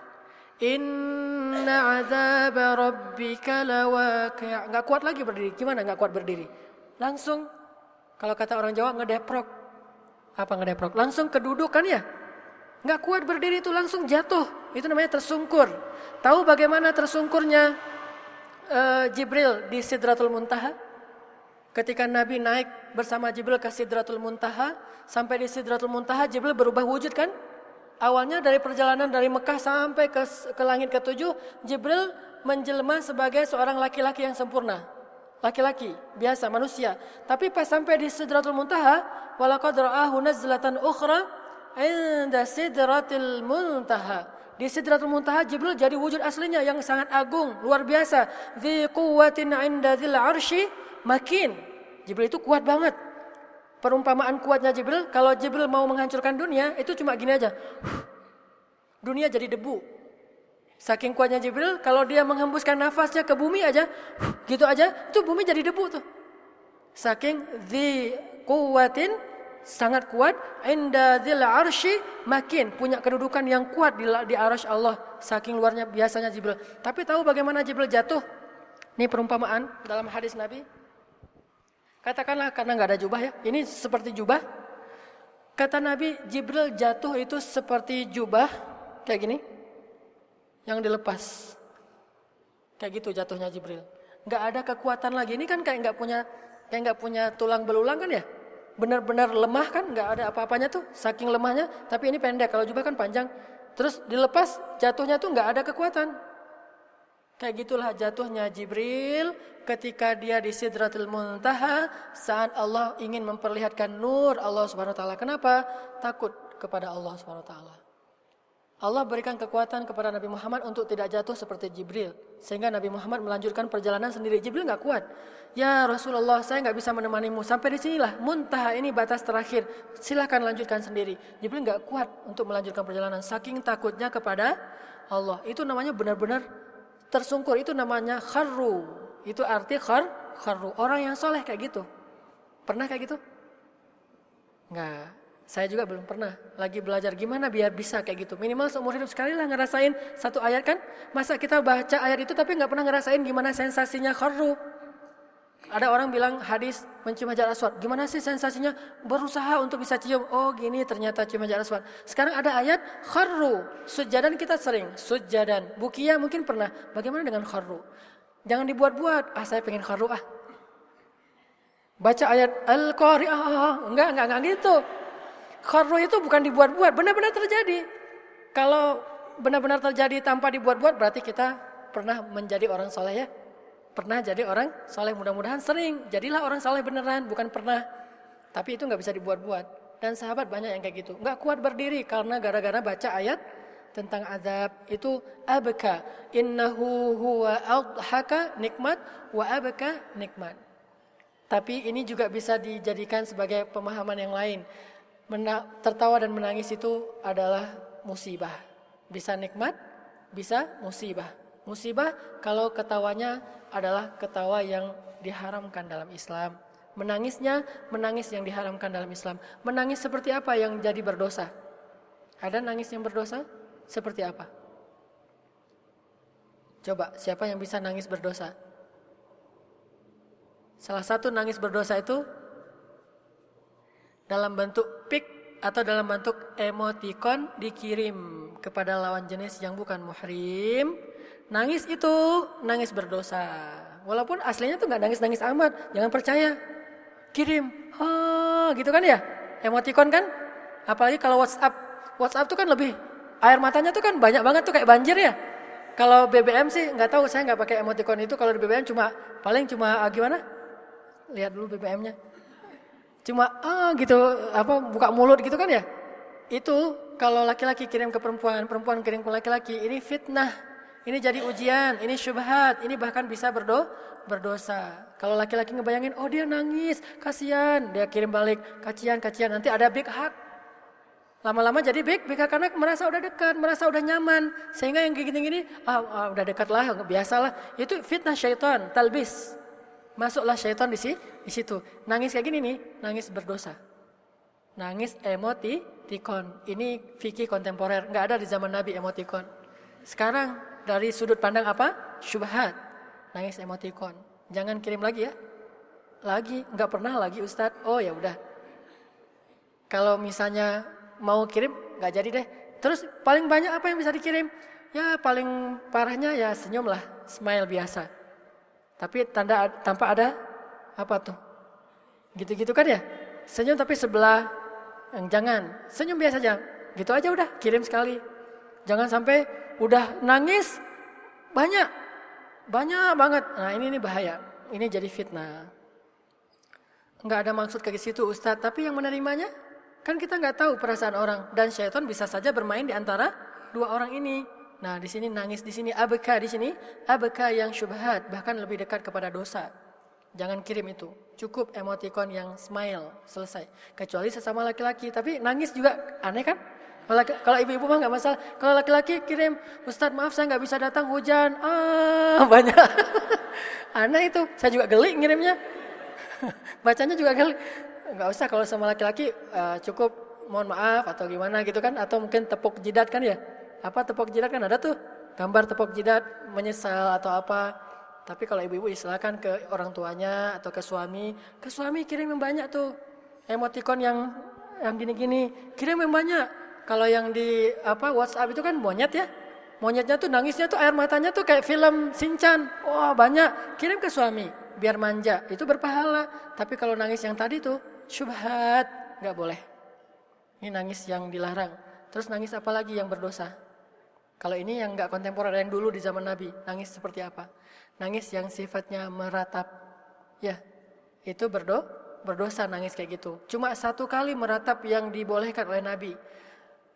Inna azab rabbika lawaqi'. Enggak kuat lagi berdiri. Gimana enggak kuat berdiri? Langsung kalau kata orang Jawa ngedeprok. Apa ngedeprok? Langsung kedudukan ya. Enggak kuat berdiri itu langsung jatuh. Itu namanya tersungkur. Tahu bagaimana tersungkurnya uh, Jibril di Sidratul Muntaha? Ketika Nabi naik bersama Jibril ke Sidratul Muntaha, sampai di Sidratul Muntaha Jibril berubah wujud kan? Awalnya dari perjalanan dari Mekah sampai ke, ke langit ketujuh, Jibril menjelma sebagai seorang laki-laki yang sempurna. Laki-laki, biasa, manusia. Tapi pas sampai di Sidratul Muntaha, walaqad ra'ahu nazlatan ukhra 'inda Sidratil Muntaha. Di Sidratul Muntaha Jibril jadi wujud aslinya yang sangat agung, luar biasa. Dzi quwwatin 'inda dzil 'arsy makin. Jibril itu kuat banget. Perumpamaan kuatnya Jibril, kalau Jibril mau menghancurkan dunia, itu cuma gini aja. Dunia jadi debu. Saking kuatnya Jibril, kalau dia menghembuskan nafasnya ke bumi aja, gitu aja, itu bumi jadi debu tuh. Saking dzi quwwatin, sangat kuat, inda dzil arsy makin, punya kedudukan yang kuat di, di arsy Allah. Saking luarnya biasanya Jibril. Tapi tahu bagaimana Jibril jatuh? Ini perumpamaan dalam hadis Nabi. Katakanlah karena enggak ada jubah ya. Ini seperti jubah. Kata Nabi, Jibril jatuh itu seperti jubah kayak gini. Yang dilepas. Kayak gitu jatuhnya Jibril. Enggak ada kekuatan lagi. Ini kan kayak enggak punya kayak enggak punya tulang belulang kan ya? Benar-benar lemah kan, enggak ada apa-apanya tuh. Saking lemahnya, tapi ini pendek. Kalau jubah kan panjang. Terus dilepas, jatuhnya tuh enggak ada kekuatan. Kayak gitulah jatuhnya Jibril ketika dia di Sidratul Muntaha saat Allah ingin memperlihatkan nur Allah Subhanahu wa taala. Kenapa? Takut kepada Allah Subhanahu wa taala. Allah berikan kekuatan kepada Nabi Muhammad untuk tidak jatuh seperti Jibril. Sehingga Nabi Muhammad melanjutkan perjalanan sendiri. Jibril nggak kuat. Ya Rasulullah, saya nggak bisa menemanimu. Sampai di sinilah, muntaha ini batas terakhir. Silakan lanjutkan sendiri. Jibril nggak kuat untuk melanjutkan perjalanan. Saking takutnya kepada Allah. Itu namanya benar-benar tersungkur. Itu namanya kharru. Itu arti khar, kharru. Orang yang soleh kayak gitu. Pernah kayak gitu? Nggak. Saya juga belum pernah lagi belajar gimana biar bisa kayak gitu. Minimal seumur hidup sekali lah ngerasain satu ayat kan. Masa kita baca ayat itu tapi gak pernah ngerasain gimana sensasinya kharru. Ada orang bilang hadis mencium hajar aswad. Gimana sih sensasinya? Berusaha untuk bisa cium. Oh gini ternyata cium hajar aswad. Sekarang ada ayat kharru. Sujadan kita sering. Sujadan. Bukia mungkin pernah. Bagaimana dengan kharru? Jangan dibuat-buat. Ah saya pengen kharru ah. Baca ayat Al-Qari'ah. Enggak, enggak, enggak gitu. Kharru itu bukan dibuat-buat, benar-benar terjadi. Kalau benar-benar terjadi tanpa dibuat-buat, berarti kita pernah menjadi orang soleh ya. Pernah jadi orang soleh, mudah-mudahan sering. Jadilah orang soleh beneran, bukan pernah. Tapi itu gak bisa dibuat-buat. Dan sahabat banyak yang kayak gitu. Gak kuat berdiri karena gara-gara baca ayat tentang azab. Itu abka, innahu huwa adhaka nikmat, wa abka nikmat. Tapi ini juga bisa dijadikan sebagai pemahaman yang lain. Mena- tertawa dan menangis itu adalah musibah. Bisa nikmat, bisa musibah. Musibah kalau ketawanya adalah ketawa yang diharamkan dalam Islam. Menangisnya, menangis yang diharamkan dalam Islam. Menangis seperti apa yang jadi berdosa? Ada nangis yang berdosa? Seperti apa? Coba, siapa yang bisa nangis berdosa? Salah satu nangis berdosa itu dalam bentuk pik atau dalam bentuk emotikon dikirim kepada lawan jenis yang bukan muhrim. Nangis itu nangis berdosa. Walaupun aslinya tuh nggak nangis-nangis amat, jangan percaya. Kirim, oh, gitu kan ya? Emotikon kan? Apalagi kalau WhatsApp, WhatsApp tuh kan lebih air matanya tuh kan banyak banget tuh kayak banjir ya. Kalau B B M sih nggak tahu, saya nggak pakai emotikon itu. Kalau di B B M cuma paling cuma ah, gimana? Lihat dulu B B M-nya. Cuma ah gitu apa buka mulut gitu kan ya. Itu kalau laki-laki kirim ke perempuan, perempuan kirim ke laki-laki, ini fitnah. Ini jadi ujian, ini syubhat, ini bahkan bisa berdo berdosa. Kalau laki-laki ngebayangin, oh dia nangis, kasihan, dia kirim balik, kasihan, kasihan, nanti ada big hug. Lama-lama jadi big big hug karena merasa udah dekat, merasa udah nyaman. Sehingga yang kayak gini-gini, ah, ah udah dekat lah, biasalah. Itu fitnah syaitan, talbis. Masuklah syaitan di situ. Di situ, nangis kayak gini nih, nangis berdosa. Nangis emotikon. Ini fikih kontemporer, nggak ada di zaman Nabi emotikon. Sekarang dari sudut pandang apa? Syubhat. Nangis emotikon. Jangan kirim lagi ya. Lagi, nggak pernah lagi Ustadz. Oh ya udah. Kalau misalnya mau kirim, nggak jadi deh. Terus paling banyak apa yang bisa dikirim? Ya paling parahnya ya senyum lah, smile biasa. Tapi tanda tanpa ada apa tuh? Gitu-gitu kan ya? Senyum tapi sebelah, jangan. Senyum biasa aja. Gitu aja udah, kirim sekali. Jangan sampai udah nangis banyak. Banyak banget. Nah ini, ini bahaya. Ini jadi fitnah. Enggak ada maksud kayak situ Ustadz. Tapi yang menerimanya, kan kita enggak tahu perasaan orang. Dan syaitan bisa saja bermain di antara dua orang ini. Nah di sini nangis, di sini abeka, di sini abeka yang syubhat. Bahkan lebih dekat kepada dosa. Jangan kirim itu. Cukup emotikon yang smile, selesai. Kecuali sesama laki-laki. Tapi nangis juga aneh kan? Kalau ibu-ibu mah nggak masalah. Kalau laki-laki kirim, Ustadz maaf saya nggak bisa datang hujan. Ah banyak. Aneh itu. Saya juga geli ngirimnya. Bacanya juga geli. Nggak usah kalau sama laki-laki uh, cukup mohon maaf atau gimana gitu kan? Atau mungkin tepuk jidat kan ya? Apa tepuk jidat kan ada tuh? Gambar tepuk jidat menyesal atau apa? Tapi kalau ibu-ibu silakan ke orang tuanya atau ke suami. Ke suami kirim yang banyak tuh. Emotikon yang yang gini-gini. Kirim yang banyak. Kalau yang di apa WhatsApp itu kan monyet ya. Monyetnya tuh nangisnya tuh air matanya tuh kayak film Shinchan. Wah banyak. Kirim ke suami. Biar manja. Itu berpahala. Tapi kalau nangis yang tadi tuh syubhat. Gak boleh. Ini nangis yang dilarang. Terus nangis apa lagi yang berdosa? Kalau ini yang gak kontemporer, yang dulu di zaman Nabi. Nangis seperti apa? Nangis yang sifatnya meratap. Ya, itu berdo, berdosa nangis kayak gitu. Cuma satu kali meratap yang dibolehkan oleh Nabi.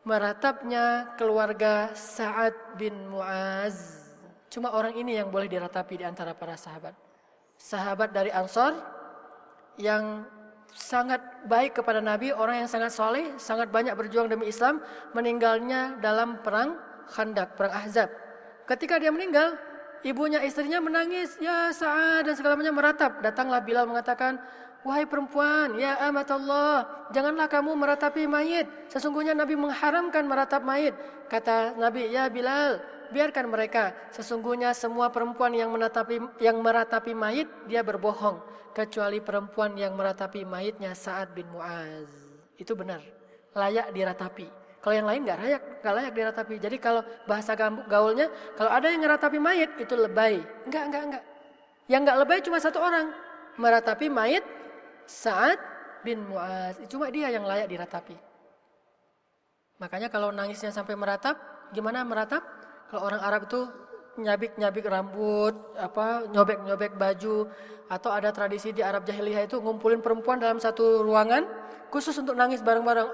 meratapnya keluarga Sa'ad bin Mu'az. Cuma orang ini yang boleh diratapi di antara para sahabat. Sahabat dari Ansor yang sangat baik kepada Nabi, orang yang sangat soleh, sangat banyak berjuang demi Islam, meninggalnya dalam perang Khandak, perang Ahzab. Ketika dia meninggal, ibunya, istrinya menangis, ya Sa'ad dan segala macam meratap. Datanglah Bilal mengatakan, wahai perempuan, ya amatullah, janganlah kamu meratapi mayit. Sesungguhnya Nabi mengharamkan meratap mayit. Kata Nabi, ya Bilal, biarkan mereka. Sesungguhnya semua perempuan yang meratapi yang meratapi mayit, dia berbohong, kecuali perempuan yang meratapi mayitnya Sa'ad bin Mu'az. Itu benar, layak diratapi. Kalau yang lain nggak layak, nggak layak diratapi. Jadi kalau bahasa gaulnya, kalau ada yang meratapi mayit itu lebay. Enggak, enggak, enggak. Yang nggak lebay cuma satu orang, meratapi mayit Sa'ad bin Mu'az. Cuma dia yang layak diratapi. Makanya kalau nangisnya sampai meratap, gimana meratap? Kalau orang Arab itu nyabik-nyabik rambut, apa nyobek-nyobek baju, atau ada tradisi di Arab jahiliyah itu ngumpulin perempuan dalam satu ruangan khusus untuk nangis bareng-bareng.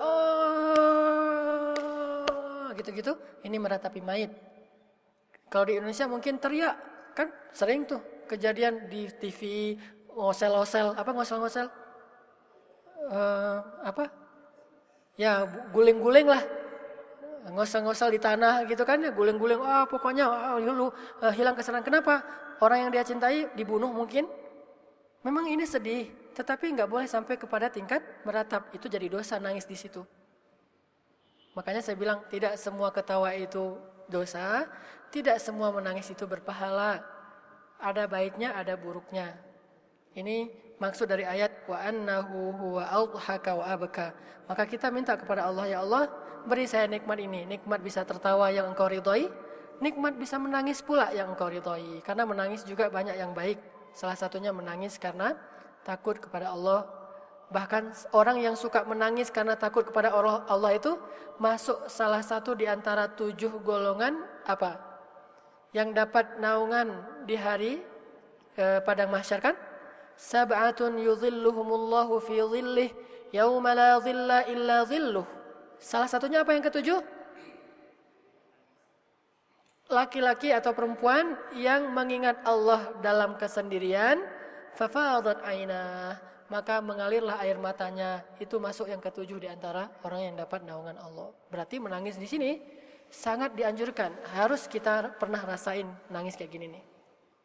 Oh, gitu-gitu. Ini meratapi mayit. Kalau di Indonesia mungkin teriak, kan sering tuh kejadian di T V, ngosel-ngosel, apa ngosel-ngosel? Uh, apa? Ya guling-guling lah. Ngosel-ngosel di tanah gitu kan ya, guling-guling, ah pokoknya ah, lu uh, hilang kesenangan. Kenapa? Orang yang dia cintai dibunuh mungkin. Memang ini sedih, tetapi nggak boleh sampai kepada tingkat meratap. Itu jadi dosa nangis di situ. Makanya saya bilang tidak semua ketawa itu dosa, tidak semua menangis itu berpahala. Ada baiknya, ada buruknya. Ini maksud dari ayat wa annahu huwa adhaka wa abka. Maka kita minta kepada Allah, ya Allah, beri saya nikmat ini, nikmat bisa tertawa yang Engkau ridhoi, nikmat bisa menangis pula yang Engkau ridhoi. Karena menangis juga banyak yang baik. Salah satunya menangis karena takut kepada Allah. Bahkan orang yang suka menangis karena takut kepada Allah, Allah itu masuk salah satu di antara tujuh golongan apa? Yang dapat naungan di hari eh, padang mahsyar kan? Sab'atun yudhilluhumullahu fi dhillih yauma la dhilla illa dhilluh. Salah satunya apa yang ketujuh? Laki-laki atau perempuan yang mengingat Allah dalam kesendirian, fafadat ainah, maka mengalirlah air matanya. Itu masuk yang ketujuh di antara orang yang dapat naungan Allah. Berarti menangis di sini sangat dianjurkan. Harus kita pernah rasain nangis kayak gini nih.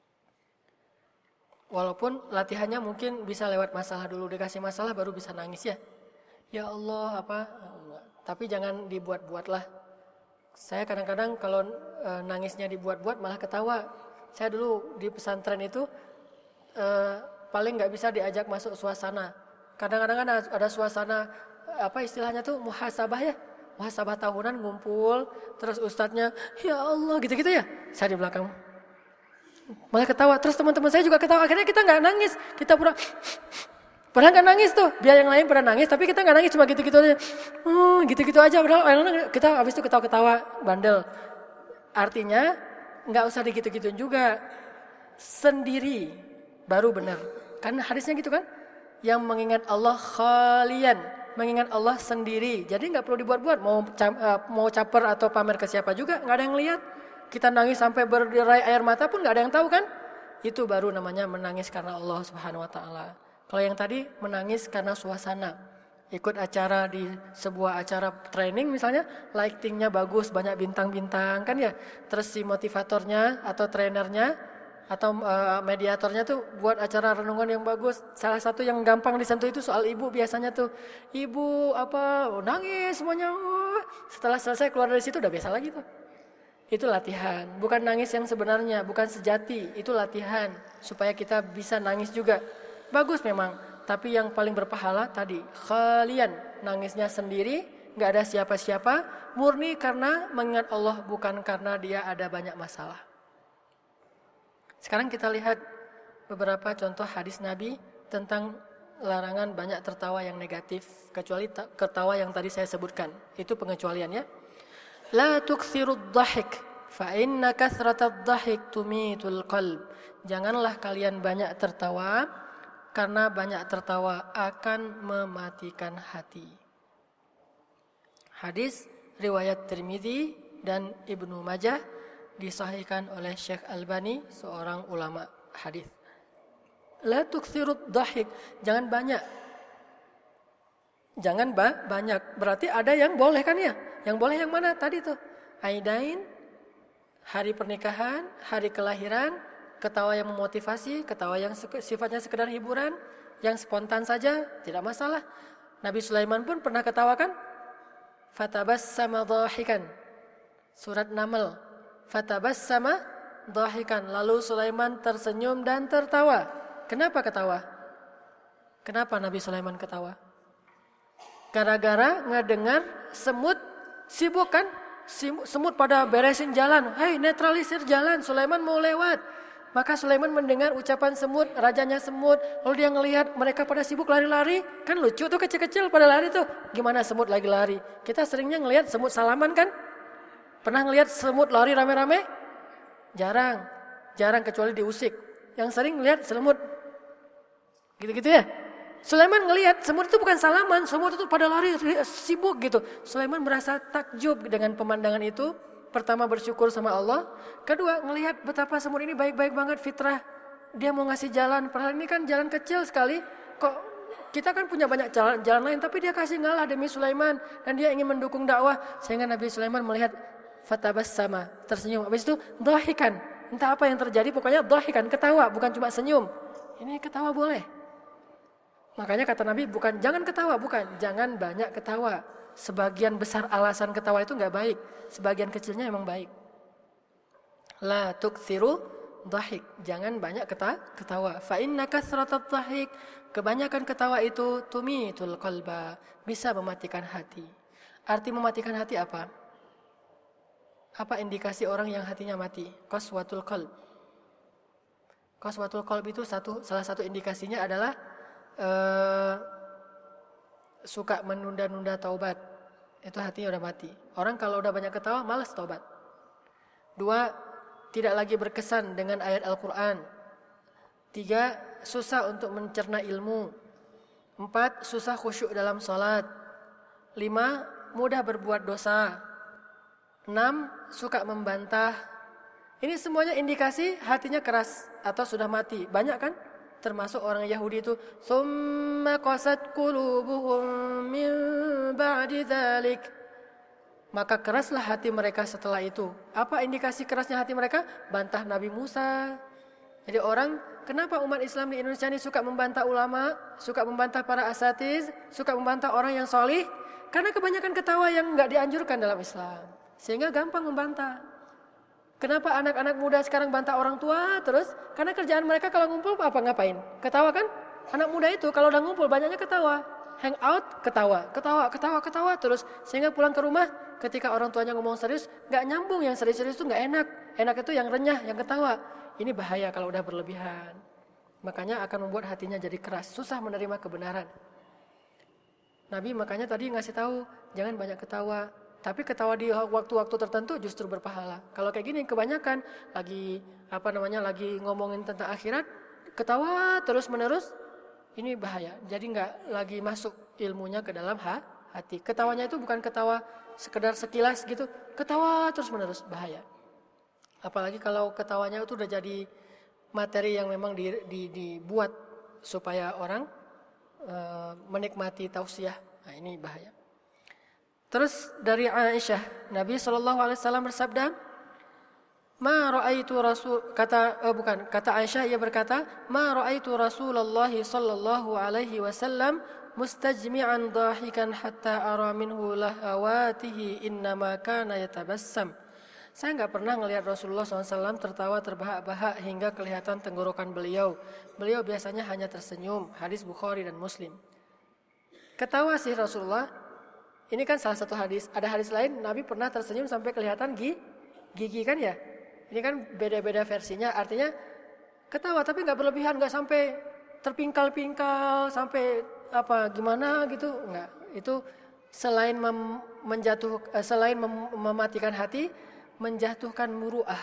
Walaupun latihannya mungkin bisa lewat masalah dulu, dikasih masalah baru bisa nangis ya. Ya Allah apa? Tapi jangan dibuat-buatlah. Saya kadang-kadang kalau e, nangisnya dibuat-buat malah ketawa. Saya dulu di pesantren itu e, paling nggak bisa diajak masuk suasana. Kadang-kadang kan ada suasana apa istilahnya tuh muhasabah ya, muhasabah tahunan ngumpul, terus ustadznya ya Allah gitu-gitu ya. Saya di belakang malah ketawa. Terus teman-teman saya juga ketawa. Akhirnya kita nggak nangis, kita pura padahal nggak nangis tuh. Biar yang lain pada nangis, tapi kita nggak nangis, cuma gitu-gitu aja. Hmm, gitu-gitu aja. Padahal kita habis itu ketawa-ketawa, bandel. Artinya nggak usah digitu-gituin juga. Sendiri baru benar. Kan hadisnya gitu kan? Yang mengingat Allah khalian, mengingat Allah sendiri. Jadi nggak perlu dibuat-buat. Mau mau caper atau pamer ke siapa juga nggak ada yang lihat. Kita nangis sampai berderai air mata pun nggak ada yang tahu kan? Itu baru namanya menangis karena Allah Subhanahu Wa Taala. Kalau yang tadi menangis karena suasana, ikut acara di sebuah acara training misalnya, lightingnya bagus, banyak bintang-bintang kan ya. Terus si motivatornya atau trainernya atau uh, mediatornya tuh buat acara renungan yang bagus. Salah satu yang gampang disentuh itu soal ibu biasanya tuh, ibu apa oh, nangis semuanya. Oh. Setelah selesai keluar dari situ udah biasa lagi tuh. Itu latihan, bukan nangis yang sebenarnya, bukan sejati. Itu latihan supaya kita bisa nangis juga. Bagus memang, tapi yang paling berpahala tadi khalian, nangisnya sendiri, nggak ada siapa-siapa, murni karena mengingat Allah, bukan karena dia ada banyak masalah. Sekarang kita lihat beberapa contoh hadis Nabi tentang larangan banyak tertawa yang negatif, kecuali tertawa yang tadi saya sebutkan. Itu pengecualiannya. La tukthirud dhahik, fa inna kathratad dhahik tumitul qalb. Janganlah kalian banyak tertawa, karena banyak tertawa akan mematikan hati. Hadis riwayat Tirmidzi dan Ibnu Majah, disahihkan oleh Syekh Albani, seorang ulama hadis. La tukthirud dhahik, jangan banyak. Jangan ba- banyak. Berarti ada yang boleh kan ya? Yang boleh yang mana tadi tuh? Aidain, hari pernikahan, hari kelahiran, ketawa yang memotivasi, ketawa yang sifatnya sekedar hiburan, yang spontan saja, tidak masalah. Nabi Sulaiman pun pernah ketawa kan? Fatabassama dhahikan. Surat Naml. Fatabassama dhahikan. Lalu Sulaiman tersenyum dan tertawa. Kenapa ketawa? Kenapa Nabi Sulaiman ketawa? Gara-gara ngedengar semut sibuk kan? Semut pada beresin jalan. Hei, netralisir jalan, Sulaiman mau lewat. Maka Sulaiman mendengar ucapan semut, rajanya semut. Lalu dia ngelihat mereka pada sibuk lari-lari. Kan lucu tuh, kecil-kecil pada lari tuh. Gimana semut lagi lari? Kita seringnya ngelihat semut salaman kan? Pernah ngelihat semut lari rame-rame? Jarang. Jarang kecuali diusik. Yang sering ngelihat semut gitu-gitu ya. Sulaiman ngelihat semut itu bukan salaman, semut itu pada lari sibuk gitu. Sulaiman merasa takjub dengan pemandangan itu. Pertama bersyukur sama Allah, kedua ngelihat betapa semut ini baik-baik banget fitrah. Dia mau ngasih jalan, padahal ini kan jalan kecil sekali. Kok kita kan punya banyak jalan, jalan lain, tapi dia kasih ngalah demi Sulaiman dan dia ingin mendukung dakwah. Sehingga Nabi Sulaiman melihat fatabassama, tersenyum. Habis itu dhahikan. Entah apa yang terjadi, pokoknya dhahikan, ketawa, bukan cuma senyum. Ini ketawa boleh. Makanya kata Nabi bukan jangan ketawa, bukan jangan banyak ketawa. Sebagian besar alasan ketawa itu enggak baik, sebagian kecilnya emang baik. La tukthiru dhahik, jangan banyak keta- ketawa. Fa inna kathratat dhahik, kebanyakan ketawa itu tumitul qalba, bisa mematikan hati. Arti mematikan hati apa? Apa indikasi orang yang hatinya mati? Qaswatul qalb. Qaswatul qalb itu satu salah satu indikasinya adalah uh, suka menunda-nunda taubat. Itu hatinya udah mati. Orang kalau udah banyak ketawa malas taubat. Dua, tidak lagi berkesan dengan ayat Al-Quran. Tiga, susah untuk mencerna ilmu. Empat, susah khusyuk dalam salat. Lima, mudah berbuat dosa. Enam, suka membantah. Ini semuanya indikasi hatinya keras atau sudah mati. Banyak kan? Termasuk orang Yahudi itu, summa qasat qulubuhum min ba'di dzalik. Maka keraslah hati mereka setelah itu. Apa indikasi kerasnya hati mereka? Bantah Nabi Musa. Jadi orang, kenapa umat Islam di Indonesia ini suka membantah ulama, suka membantah para asatiz, suka membantah orang yang solih? Karena kebanyakan ketawa yang enggak dianjurkan dalam Islam. Sehingga gampang membantah. Kenapa anak-anak muda sekarang bantah orang tua terus? Karena kerjaan mereka kalau ngumpul apa ngapain? Ketawa kan? Anak muda itu kalau udah ngumpul banyaknya ketawa. Hang out, ketawa, ketawa, ketawa, ketawa terus. Sehingga pulang ke rumah ketika orang tuanya ngomong serius, gak nyambung, yang serius-serius itu gak enak. Enak itu yang renyah, yang ketawa. Ini bahaya kalau udah berlebihan. Makanya akan membuat hatinya jadi keras, susah menerima kebenaran. Nabi makanya tadi ngasih tahu, jangan banyak ketawa. Tapi ketawa di waktu-waktu tertentu justru berpahala. Kalau kayak gini kebanyakan lagi apa namanya lagi ngomongin tentang akhirat, ketawa terus-menerus, ini bahaya. Jadi enggak lagi masuk ilmunya ke dalam ha, hati. Ketawanya itu bukan ketawa sekedar sekilas gitu, ketawa terus-menerus, bahaya. Apalagi kalau ketawanya itu udah jadi materi yang memang di, di, dibuat supaya orang e, menikmati tausiah. Nah, ini bahaya. Terus dari Aisyah, Nabi shallallahu alaihi wasallam bersabda, "Ma ra'aitu Rasul," kata eh, bukan, kata Aisyah, ia berkata, "Ma ra'aitu Rasulullah sallallahu alaihi wasallam mustajmi'an dhahikan hatta ara minhu lahawatihi innama kana yatabassam." Saya enggak pernah melihat Rasulullah shallallahu alaihi wasallam tertawa terbahak-bahak hingga kelihatan tenggorokan beliau. Beliau biasanya hanya tersenyum. Hadis Bukhari dan Muslim. Ketawa sih Rasulullah. Ini kan salah satu hadis. Ada hadis lain, Nabi pernah tersenyum sampai kelihatan gigi, gigi kan ya. Ini kan beda-beda versinya. Artinya ketawa tapi nggak berlebihan, nggak sampai terpingkal-pingkal, sampai apa gimana gitu, nggak. Itu selain mem, menjatuh, selain mem, mematikan hati, menjatuhkan muruah.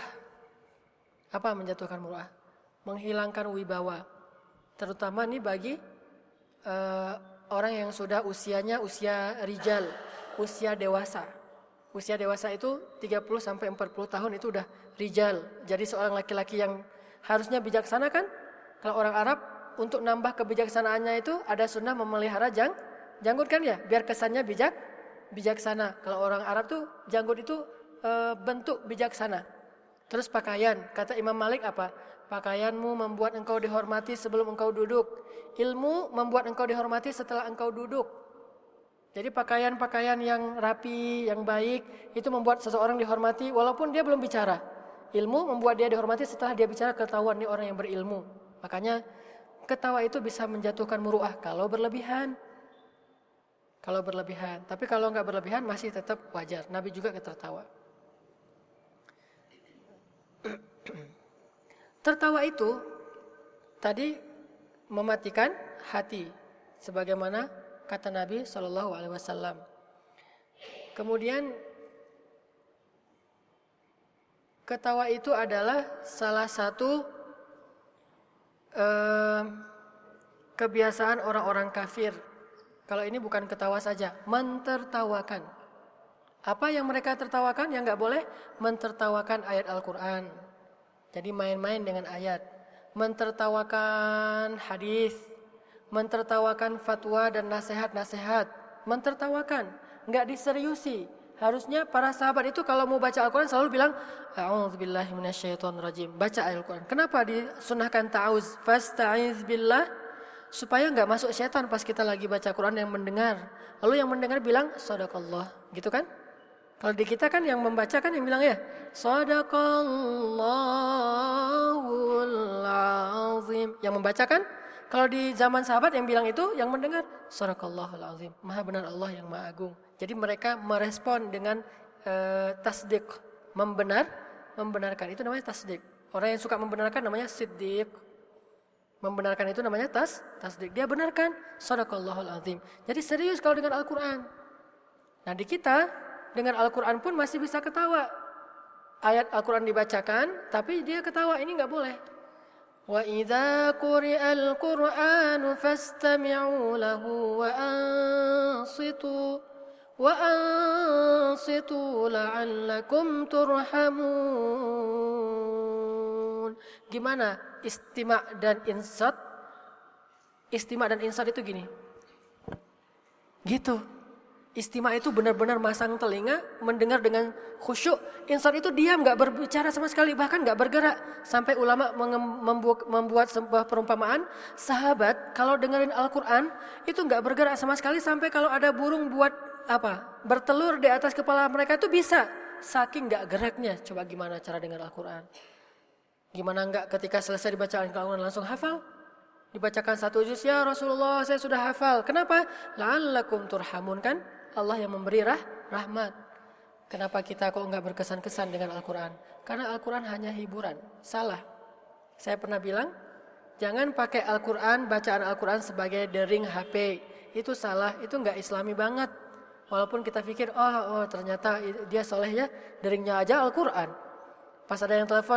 Apa menjatuhkan muruah? Menghilangkan wibawa. Terutama nih bagi uh, orang yang sudah usianya usia rijal, usia dewasa. Usia dewasa itu tiga puluh sampai empat puluh tahun itu udah rijal. Jadi seorang laki-laki yang harusnya bijaksana kan? Kalau orang Arab untuk nambah kebijaksanaannya itu ada sunnah memelihara jang, janggut kan ya? Biar kesannya bijak, bijaksana. Kalau orang Arab tuh janggut itu e, bentuk bijaksana. Terus pakaian, kata Imam Malik apa? Pakaianmu membuat engkau dihormati sebelum engkau duduk. Ilmu membuat engkau dihormati setelah engkau duduk. Jadi pakaian-pakaian yang rapi, yang baik, itu membuat seseorang dihormati walaupun dia belum bicara. Ilmu membuat dia dihormati setelah dia bicara, ketahuan nih orang yang berilmu. Makanya ketawa itu bisa menjatuhkan muruah kalau berlebihan. Kalau berlebihan. Tapi kalau enggak berlebihan masih tetap wajar. Nabi juga tertawa. Tertawa itu tadi mematikan hati. Sebagaimana kata Nabi shallallahu alaihi wasallam. Kemudian ketawa itu adalah salah satu eh, kebiasaan orang-orang kafir. Kalau ini bukan ketawa saja, mentertawakan. Apa yang mereka tertawakan yang enggak boleh? Mentertawakan ayat Al-Quran. Jadi main-main dengan ayat. Mentertawakan hadis. Mentertawakan fatwa dan nasihat-nasihat. Mentertawakan, enggak diseriusi. Harusnya para sahabat itu kalau mau baca Al-Quran selalu bilang a'udzubillahi minasyaitonirrajim. Baca Al-Quran. Kenapa disunahkan ta'awuz? Fasta'iz billah, supaya enggak masuk syaitan pas kita lagi baca Quran yang mendengar. Lalu yang mendengar bilang shadaqallah, gitu kan? Kalau di kita kan yang membaca kan yang bilang ya shadaqallahul azim. Yang membaca kan? Kalau di zaman sahabat yang bilang itu, yang mendengar shadaqallahul azim. Maha benar Allah yang Maha Agung. Jadi mereka merespon dengan uh, tasdik, membenar, membenarkan. Itu namanya tasdik. Orang yang suka membenarkan namanya siddiq. Membenarkan itu namanya tas, tasdik. Dia benarkan shadaqallahul azim. Jadi serius kalau dengan Al-Quran. Nah di kita dengan Al-Quran pun masih bisa ketawa. Ayat Al-Quran dibacakan, tapi dia ketawa. Ini enggak boleh. وَإِذَا قُرِئَ الْقُرْآنُ فَاسْتَمِعُوا لَهُ وَأَنصِتُوا وَأَنصِتُوا لَعَلَّكُمْ تُرْحَمُونَ. Gimana istima' dan insat? Istima' dan insat itu gini. Gitu. Istima' itu benar-benar masang telinga, mendengar dengan khusyuk. Insat itu diam, enggak berbicara sama sekali, bahkan enggak bergerak. Sampai ulama membuat, membuat sebuah perumpamaan, sahabat kalau dengerin Al-Quran itu enggak bergerak sama sekali, sampai kalau ada burung buat apa? Bertelur di atas kepala mereka itu bisa. Saking enggak geraknya. Coba gimana cara dengar Al-Quran? Gimana enggak ketika selesai dibaca Al-Quran langsung hafal? Dibacakan satu juz, ya Rasulullah saya sudah hafal. Kenapa? La'allakum turhamun, kan? Allah yang memberi rah, rahmat. Kenapa kita kok enggak berkesan-kesan dengan Al-Quran? Karena Al-Quran hanya hiburan. Salah. Saya pernah bilang, jangan pakai Al-Quran, bacaan Al-Quran sebagai dering H P. Itu salah, itu enggak islami banget. Walaupun kita pikir, oh, oh ternyata dia soleh ya, deringnya aja Al-Quran. Pas ada yang telepon,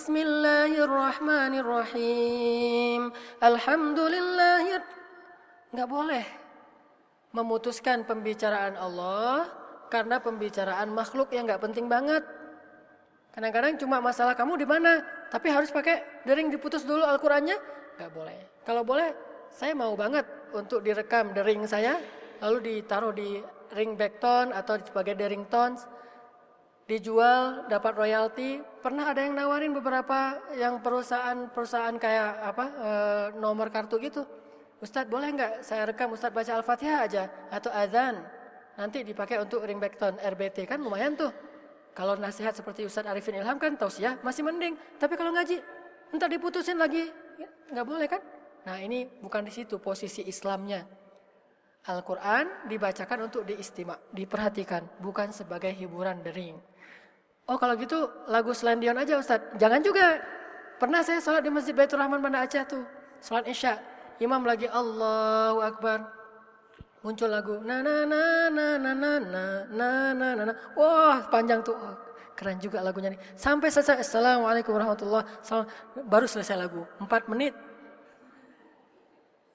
Bismillahirrahmanirrahim, Alhamdulillah. Enggak boleh memutuskan pembicaraan Allah karena pembicaraan makhluk yang enggak penting banget. Kadang-kadang cuma masalah kamu di mana, tapi harus pakai dering diputus dulu Al-Qur'annya? Enggak boleh. Kalau boleh, saya mau banget untuk direkam dering saya, lalu ditaruh di ringback tone atau sebagai dering tones, dijual, dapat royalti. Pernah ada yang nawarin beberapa yang perusahaan-perusahaan kayak apa e, nomor kartu gitu. Ustadz boleh enggak saya rekam Ustadz baca Al-Fatihah aja atau azan, nanti dipakai untuk ringback tone R B T, kan lumayan tuh. Kalau nasihat seperti Ustadz Arifin Ilham kan tausiah masih mending, tapi kalau ngaji entar diputusin lagi, enggak boleh kan? Nah ini bukan di situ posisi Islamnya. Al-Quran dibacakan untuk diistima, diperhatikan, bukan sebagai hiburan dering. Oh kalau gitu lagu Selendion aja Ustadz, jangan juga. Pernah saya sholat di Masjid Baitur Rahman Banda Aceh tuh, sholat Isya. Imam lagi Allahu Akbar, muncul lagu na na na na na na na na na na. Wah panjang tuh, oh, keren juga lagunya nih. Sampai selesai Assalamualaikum warahmatullahi wabarakatuh, baru selesai lagu, empat menit.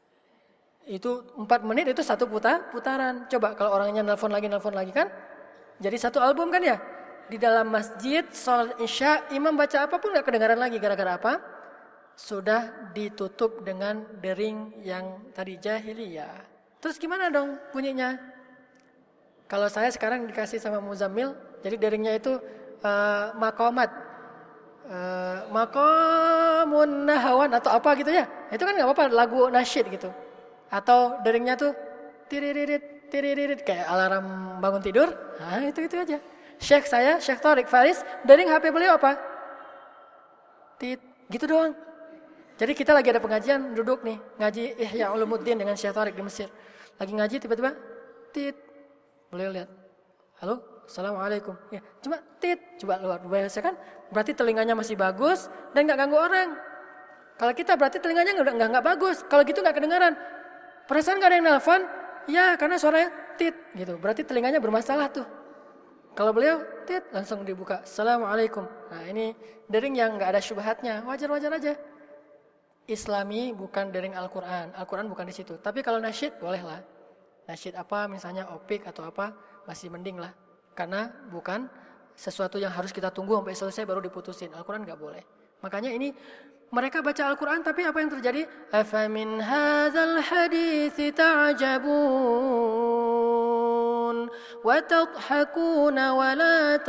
Itu empat menit itu satu putar, putaran. Coba kalau orangnya nelfon lagi nelfon lagi kan, Jadi satu album kan ya. Di dalam masjid, sholat isya, imam baca apapun gak kedengaran lagi. Gara-gara apa? Sudah ditutup dengan dering yang tadi jahiliyah. Terus gimana dong bunyinya? Kalau saya sekarang dikasih sama Muzammil, jadi deringnya itu uh, makomat. Uh, makomun nahawan atau apa gitu ya. Itu kan gak apa-apa, lagu nasyid gitu. Atau deringnya tuh tiriririt, tiriririt, kayak alarm bangun tidur. Nah itu-itu aja. Syekh saya, Syekh Tariq Faris, dering H P beliau apa? Tit, gitu doang. Jadi kita lagi ada pengajian, duduk nih, ngaji Ihya Ulumuddin dengan Syekh Tariq di Mesir. Lagi ngaji tiba-tiba, tit. Beliau lihat, halo, assalamualaikum. Ya, cuma tit, coba luar biasa kan? Berarti telinganya masih bagus dan nggak ganggu orang. Kalau kita berarti telinganya nggak nggak nggak bagus. Kalau gitu nggak kedengaran. Perasaan nggak ada yang nelfon? Ya, karena suaranya tit, gitu. Berarti telinganya bermasalah tuh. Kalau beliau, tit, langsung dibuka. Assalamualaikum. Nah ini dering yang nggak ada syubhatnya, wajar-wajar aja. Islami bukan dering Al-Quran. Al-Quran bukan di situ. Tapi kalau nasyid, boleh lah. Nasyid apa, misalnya opik atau apa, masih mending lah. Karena bukan sesuatu yang harus kita tunggu sampai selesai baru diputusin. Al-Quran nggak boleh. Makanya ini, mereka baca Al-Quran, tapi apa yang terjadi? Afamin hadzal hadithi ta'jabun wa tadhakuna wa la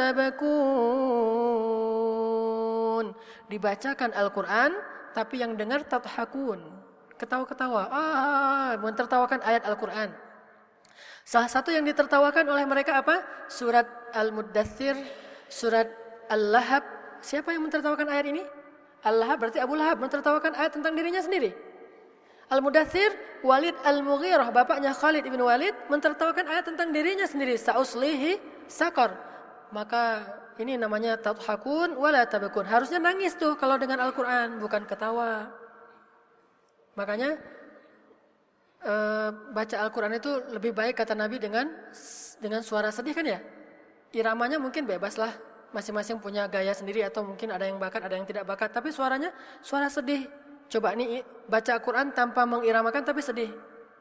tabakun. Dibacakan Al-Quran, tapi yang dengar tadhakun, ketawa-ketawa, ah, mentertawakan ayat Al-Quran. Salah satu yang ditertawakan oleh mereka apa? Surat Al-Muddathir, surat Al-Lahab. Siapa yang mentertawakan ayat ini? Al-Lahab berarti Abu Lahab mentertawakan ayat tentang dirinya sendiri. Al-Mudaththir, Walid Al-Mughirah, bapaknya Khalid ibn Walid, mentertawakan ayat tentang dirinya sendiri. Sa'uslihi sakar. Maka ini namanya tadhakun wala tabakun. Harusnya nangis tuh kalau dengan Al-Quran, bukan ketawa. Makanya e, baca Al-Quran itu lebih baik kata Nabi dengan dengan suara sedih kan ya. Iramanya mungkin bebas lah. Masing-masing punya gaya sendiri atau mungkin ada yang bakat, ada yang tidak bakat. Tapi suaranya suara sedih. Coba nih baca Al-Quran tanpa mengiramakan tapi sedih.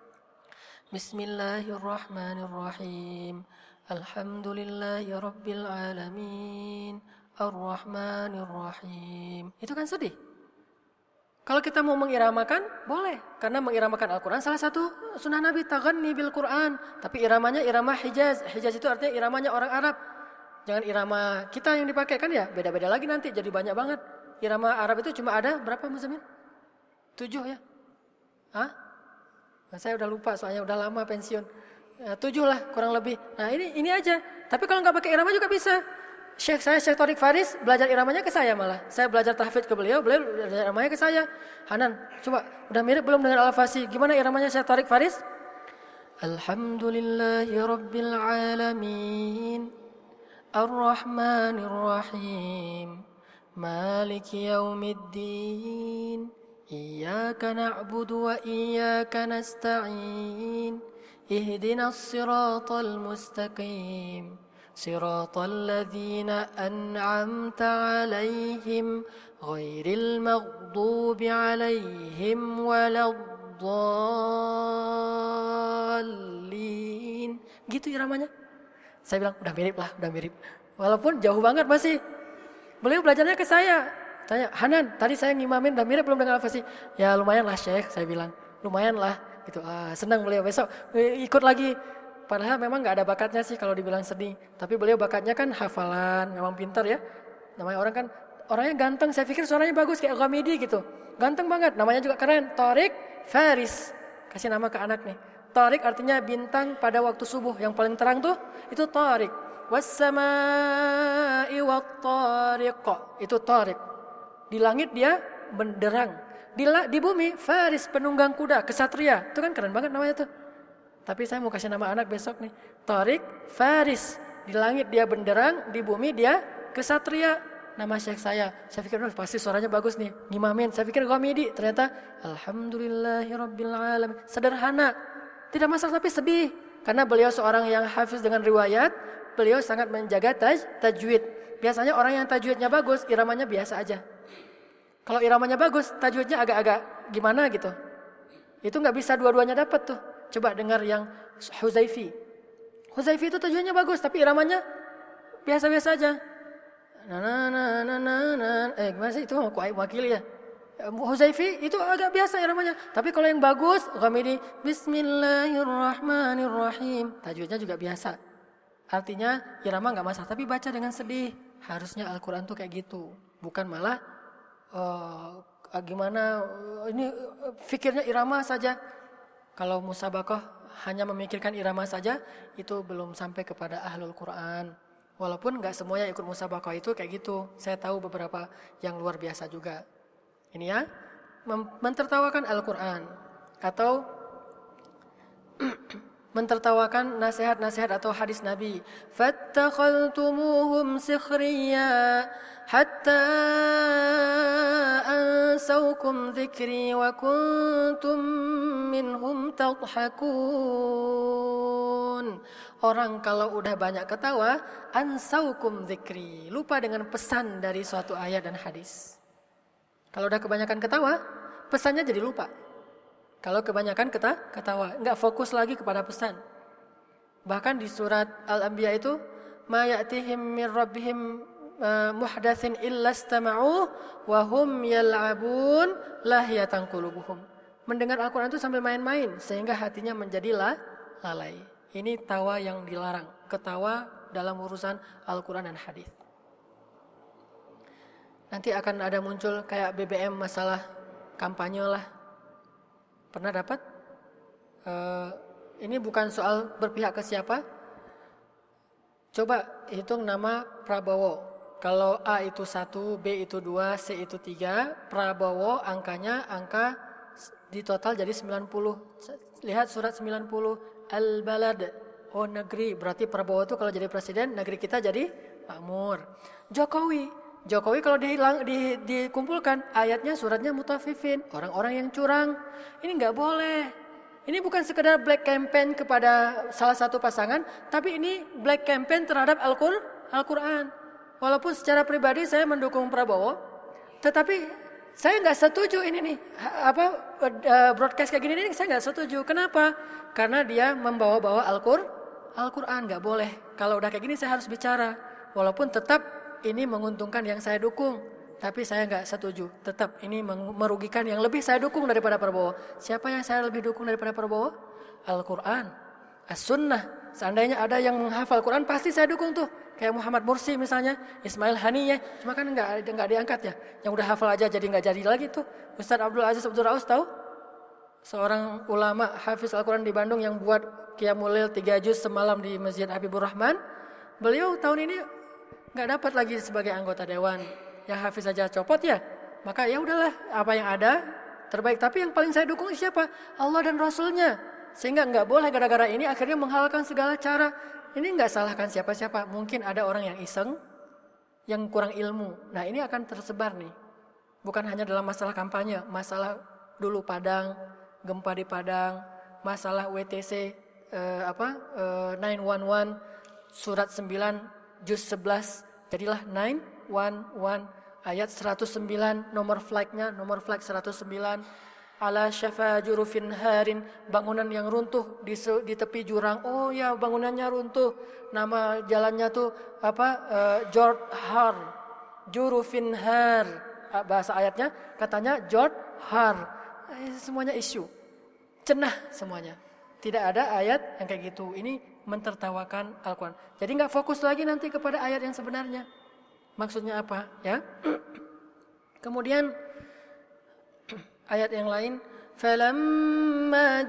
Bismillahirrahmanirrahim. Alhamdulillahi rabbil alamin. Ar-Rahmanirrahim. Itu kan sedih. Kalau kita mau mengiramakan, boleh. Karena mengiramakan Al-Quran salah satu sunnah Nabi. Taghanni bil Quran. Tapi iramanya irama Hijaz. Hijaz itu artinya iramanya orang Arab. Jangan irama kita yang dipakai kan ya. Beda-beda lagi nanti jadi banyak banget. Irama Arab itu cuma ada berapa Muzammil? Tujuh ya? Hah? Nah, saya udah lupa soalnya udah lama pensiun. Nah, tujuh lah kurang lebih. Nah ini ini aja. Tapi kalau nggak pakai irama juga bisa. Syekh saya Syekh Tariq Faris belajar iramanya ke saya malah. Saya belajar tahfidz ke beliau, beliau belajar iramanya ke saya. Hanan, coba udah mirip belum dengan Al-Fasi? Gimana iramanya Syekh Tariq Faris? Alhamdulillahi rabbil alamin. Ar-Rahmanir-Rahim. Maliki yaumiddin. Iyyaka na'budu wa iyyaka nasta'in. Ihdinas siratal mustaqim. Siratal ladzina an'amta 'alaihim ghairil maghdubi 'alaihim waladdallin. Gitu iramanya. Saya bilang udah mirip lah, udah mirip. Walaupun jauh banget masih. Beliau belajarnya ke saya. Tanya, Hanan, tadi saya ngimamin udah mirip belum dengan Al-Fasi? Ya lumayan lah Syekh, saya bilang. Lumayan lah. Gitu. Ah, senang beliau besok ikut lagi. Padahal memang nggak ada bakatnya sih kalau dibilang sedih. Tapi beliau bakatnya kan hafalan, memang pintar ya. Namanya orang kan, orangnya ganteng. Saya pikir suaranya bagus kayak Ghamidi gitu. Ganteng banget, namanya juga keren. Tariq Faris. Kasih nama ke anak nih. Tariq artinya bintang pada waktu subuh. Yang paling terang tuh, itu Tariq. Wassama'i wattariq. Itu Tariq. Di langit dia benderang. Di, di bumi Faris, penunggang kuda, kesatria. Itu kan keren banget namanya tuh. Tapi saya mau kasih nama anak besok nih. Tariq Faris. Di langit dia benderang, di bumi dia kesatria. Nama Syekh saya. Saya pikir oh, pasti suaranya bagus nih. Ngimamin. Saya pikir Ghamidi. Ternyata Alhamdulillahirabbil alamin. Sederhana. Tidak masalah tapi sedih. Karena beliau seorang yang hafiz dengan riwayat. Beliau sangat menjaga taj, tajwid. Biasanya orang yang tajwidnya bagus, iramanya biasa aja. Kalau iramanya bagus, tajwidnya agak-agak gimana gitu. Itu nggak bisa dua-duanya dapat tuh. Coba dengar yang Huzaifi. Huzaifi itu tajwidnya bagus, tapi iramanya biasa-biasa aja. Nah, nah, nah, nah, nah, nah. Eh, gimana sih itu? Aku wakili ya. Huzaifi itu agak biasa iramanya. Tapi kalau yang bagus, Ghamidi Bismillahirrahmanirrahim. Tajwidnya juga biasa. Artinya irama enggak masalah, tapi baca dengan sedih. Harusnya Al-Qur'an tuh kayak gitu. Bukan malah uh, gimana uh, ini uh, fikirnya irama saja. Kalau musabaqah hanya memikirkan irama saja, itu belum sampai kepada ahlul Qur'an. Walaupun enggak semuanya ikut musabaqah itu kayak gitu. Saya tahu beberapa yang luar biasa juga. Ini ya, mentertawakan Al-Qur'an atau mentertawakan nasihat-nasihat atau hadis Nabi. Fattakhadtumuhum sikhriya hatta ansaukum dzikri wa kuntum minhum tadhakun. Orang kalau udah banyak ketawa, ansaukum dzikri, lupa dengan pesan dari suatu ayat dan hadis. Kalau udah kebanyakan ketawa, pesannya jadi lupa. Kalau kebanyakan keta, ketawa, enggak fokus lagi kepada pesan. Bahkan di surat Al-Anbiya itu, ma ya'tihim min rabbihim uh, muhdatsin illa istama'u wa hum yal'abun lahiyatan qulubuhum. Mendengar Al-Qur'an itu sambil main-main sehingga hatinya menjadi lalai. Ini tawa yang dilarang, ketawa dalam urusan Al-Qur'an dan hadis. Nanti akan ada muncul kayak B B M masalah kampanye lah. Pernah dapat? Uh, ini bukan soal berpihak ke siapa. Coba hitung nama Prabowo. Kalau A itu satu, B itu dua, C itu tiga. Prabowo angkanya angka di total jadi sembilan puluh. Lihat surat sembilan puluh. Al-balad. Oh negeri. Berarti Prabowo itu kalau jadi presiden, negeri kita jadi makmur. Jokowi. Jokowi kalau dihilang, di, dikumpulkan ayatnya suratnya mutaffifin, orang-orang yang curang. Ini enggak boleh. Ini bukan sekedar black campaign kepada salah satu pasangan, tapi ini black campaign terhadap Al-Qur'an. Al-Qur'an. Walaupun secara pribadi saya mendukung Prabowo, tetapi saya enggak setuju ini nih, apa broadcast kayak gini nih saya enggak setuju. Kenapa? Karena dia membawa-bawa Al-Qur'an. Al-Qur'an enggak boleh. Kalau udah kayak gini saya harus bicara, walaupun tetap ini menguntungkan yang saya dukung, tapi saya enggak setuju. Tetap ini merugikan yang lebih saya dukung daripada Prabowo. Siapa yang saya lebih dukung daripada Prabowo? Al-Qur'an, As-Sunnah. Seandainya ada yang menghafal Quran pasti saya dukung tuh. Kayak Muhammad Mursi misalnya, Ismail Haniyeh. Cuma kan enggak enggak diangkat ya. Yang udah hafal aja jadi enggak jadi lagi tuh. Ustaz Abdul Aziz Abdul Raus tahu? Seorang ulama hafiz Al-Qur'an di Bandung yang buat Qiyamul Lail tiga juz semalam di Masjid Habibur Rahman. Beliau tahun ini nggak dapat lagi sebagai anggota dewan, yang hafiz saja copot ya, maka ya udahlah apa yang ada terbaik. Tapi yang paling saya dukung siapa? Allah dan Rasulnya. Sehingga nggak boleh gara-gara ini akhirnya menghalalkan segala cara. Ini nggak salahkan siapa-siapa. Mungkin ada orang yang iseng, yang kurang ilmu. Nah ini akan tersebar nih. Bukan hanya dalam masalah kampanye, masalah dulu Padang, gempa di Padang, masalah W T C eh, apa eh, sembilan satu satu surat sembilan juz sebelas. Jadilah sembilan satu satu ayat seratus sembilan, nomor flagnya, nomor flag seratus sembilan. Ala syafa jurufin harin, bangunan yang runtuh di, di tepi jurang. Oh ya, bangunannya runtuh. Nama jalannya tuh apa? Uh, George Har. Jurufin har. Bahasa ayatnya katanya George Har. Eh, semuanya isu. Cenah semuanya. Tidak ada ayat yang kayak gitu. Ini mentertawakan Al-Quran. Jadi nggak fokus lagi nanti kepada ayat yang sebenarnya. Maksudnya apa? Ya. Kemudian ayat yang lain, falamma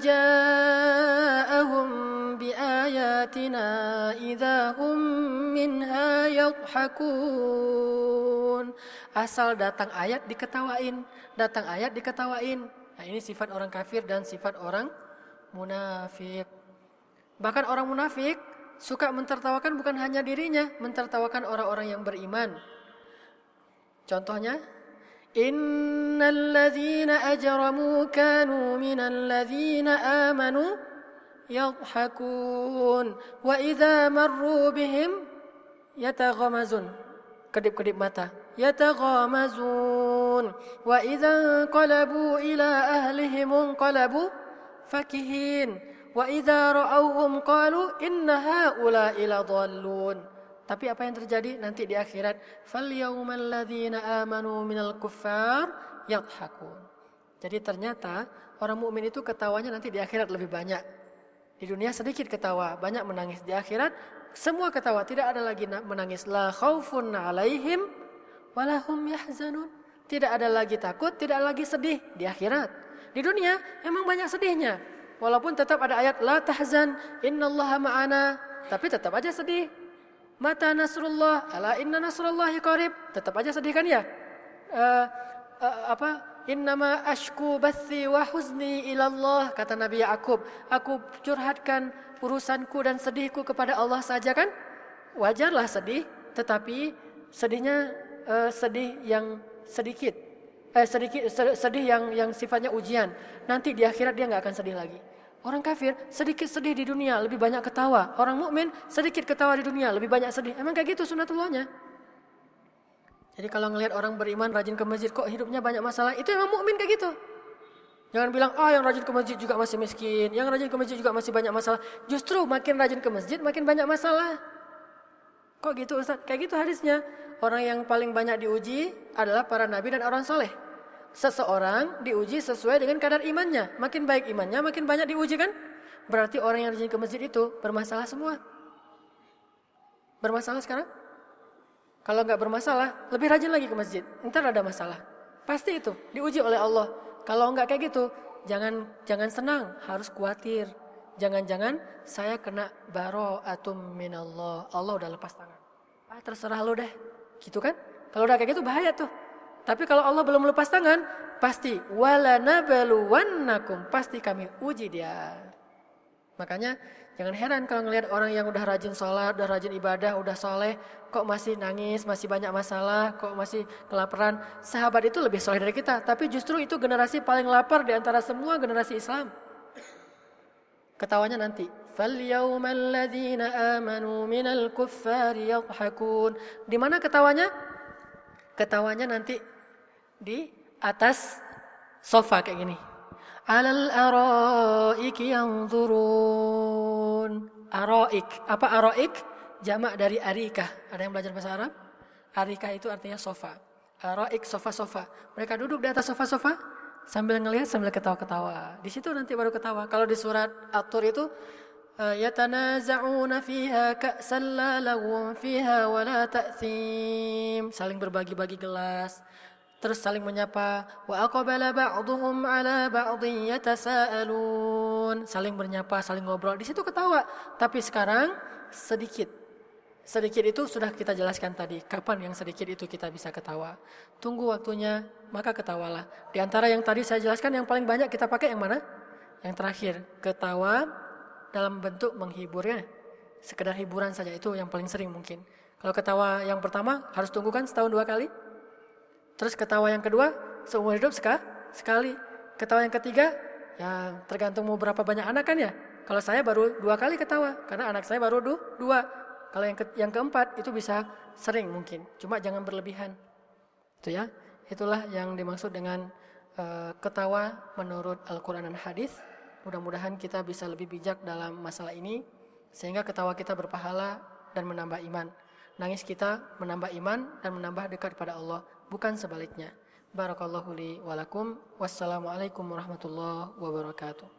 ja'ahum biayatina idza hum minha yadhhakun. Asal datang ayat diketawain, datang ayat diketawain. Nah, ini sifat orang kafir dan sifat orang munafik. Bahkan orang munafik suka mentertawakan bukan hanya dirinya, mentertawakan orang-orang yang beriman. Contohnya, innal ladzina ajramu kanu minal ladzina amanu yadhhakun wa idza marru bihim yataghamazun. Kedip-kedip mata. Yataghamazun wa idza qalabu ila ahlihim qalabu fakihin wa idza ra'awhum qalu inna haula'i ladallun. Tapi apa yang terjadi nanti di akhirat? Falyawmal ladzina amanu minal kuffar yadhakun. Jadi ternyata orang mukmin itu ketawanya nanti di akhirat lebih banyak. Di dunia sedikit ketawa, banyak menangis. Di akhirat semua ketawa, tidak ada lagi menangis. La khaufun 'alaihim wala hum yahzanun. Tidak ada lagi takut, tidak lagi sedih di akhirat. Di dunia emang banyak sedihnya. Walaupun tetap ada ayat la tahzan innallaha ma'ana, tapi tetap aja sedih. Mata nasrullah, ala inna nasrullahi qarib. Tetap aja sedih kan ya? Uh, uh, apa? Innama ashku bathi wa huzni ilallah, kata Nabi Ya'qub. Aku curhatkan urusanku dan sedihku kepada Allah saja kan? Wajarlah sedih, tetapi sedihnya uh, sedih yang sedikit. Eh, sedikit sedih yang yang sifatnya ujian. Nanti di akhirat dia enggak akan sedih lagi. Orang kafir sedikit sedih di dunia, lebih banyak ketawa. Orang mukmin sedikit ketawa di dunia, lebih banyak sedih. Emang kayak gitu sunatullahnya. Jadi kalau ngelihat orang beriman rajin ke masjid kok hidupnya banyak masalah, itu emang mukmin kayak gitu. Jangan bilang, "Ah, oh, yang rajin ke masjid juga masih miskin, yang rajin ke masjid juga masih banyak masalah." Justru makin rajin ke masjid makin banyak masalah. Kok gitu Ustaz? Kayak gitu hadisnya. Orang yang paling banyak diuji adalah para nabi dan orang soleh. Seseorang diuji sesuai dengan kadar imannya. Makin baik imannya, makin banyak diuji kan? Berarti orang yang rajin ke masjid itu bermasalah semua. Bermasalah sekarang? Kalau enggak bermasalah, lebih rajin lagi ke masjid. Entar ada masalah. Pasti itu diuji oleh Allah. Kalau enggak kayak gitu, jangan jangan senang, harus khawatir. Jangan-jangan saya kena bara'atum minallah. Allah udah lepas tangan. Ah, terserah lu deh. Gitu kan? Kalau udah kayak gitu bahaya tuh. Tapi kalau Allah belum lepas tangan, pasti wala nabluwannakum, pasti kami uji dia. Makanya jangan heran kalau ngelihat orang yang udah rajin sholat, udah rajin ibadah, udah soleh, kok masih nangis, masih banyak masalah, kok masih kelaparan. Sahabat itu lebih soleh dari kita, tapi justru itu generasi paling lapar di antara semua generasi Islam. Ketawanya nanti. Falyawmal ladzina amanu minal kuffari yadhakun. Di mana ketawanya? Ketawanya nanti di atas sofa kayak gini. Alal araiki yanzurun. Araik. Apa araik? Jamak dari arikah. Ada yang belajar bahasa Arab? Arikah itu artinya sofa. Araik, sofa-sofa. Mereka duduk di atas sofa-sofa sambil ngelihat sambil ketawa-ketawa. Di situ nanti baru ketawa. Kalau di surat At-Tur itu yatanaza'una fiha ka'san la lagwun fiha wa la ta'thim. Saling berbagi-bagi gelas. Terus saling menyapa, wa aqbala ba'dhum 'ala ba'dhin yatasaalun. Saling bernyapa, saling ngobrol. Di situ ketawa. Tapi sekarang sedikit. Sedikit itu sudah kita jelaskan tadi. Kapan yang sedikit itu kita bisa ketawa? Tunggu waktunya, maka ketawalah. Di antara yang tadi saya jelaskan yang paling banyak kita pakai yang mana? Yang terakhir, ketawa dalam bentuk menghiburnya. Sekedar hiburan saja, itu yang paling sering mungkin. Kalau ketawa yang pertama harus tunggu kan setahun dua kali. Terus ketawa yang kedua, seumur hidup seka, sekali. Ketawa yang ketiga, ya tergantung mau berapa banyak anak kan ya. Kalau saya baru dua kali ketawa, karena anak saya baru du, dua. Kalau yang, ke, yang keempat, itu bisa sering mungkin. Cuma jangan berlebihan. Itu ya, itulah yang dimaksud dengan uh, ketawa menurut Al-Quran dan Hadis. Mudah-mudahan kita bisa lebih bijak dalam masalah ini. Sehingga ketawa kita berpahala dan menambah iman. Nangis kita menambah iman dan menambah dekat kepada Allah. Bukan sebaliknya. Barakallahu li walakum. Wassalamualaikum warahmatullahi wabarakatuh.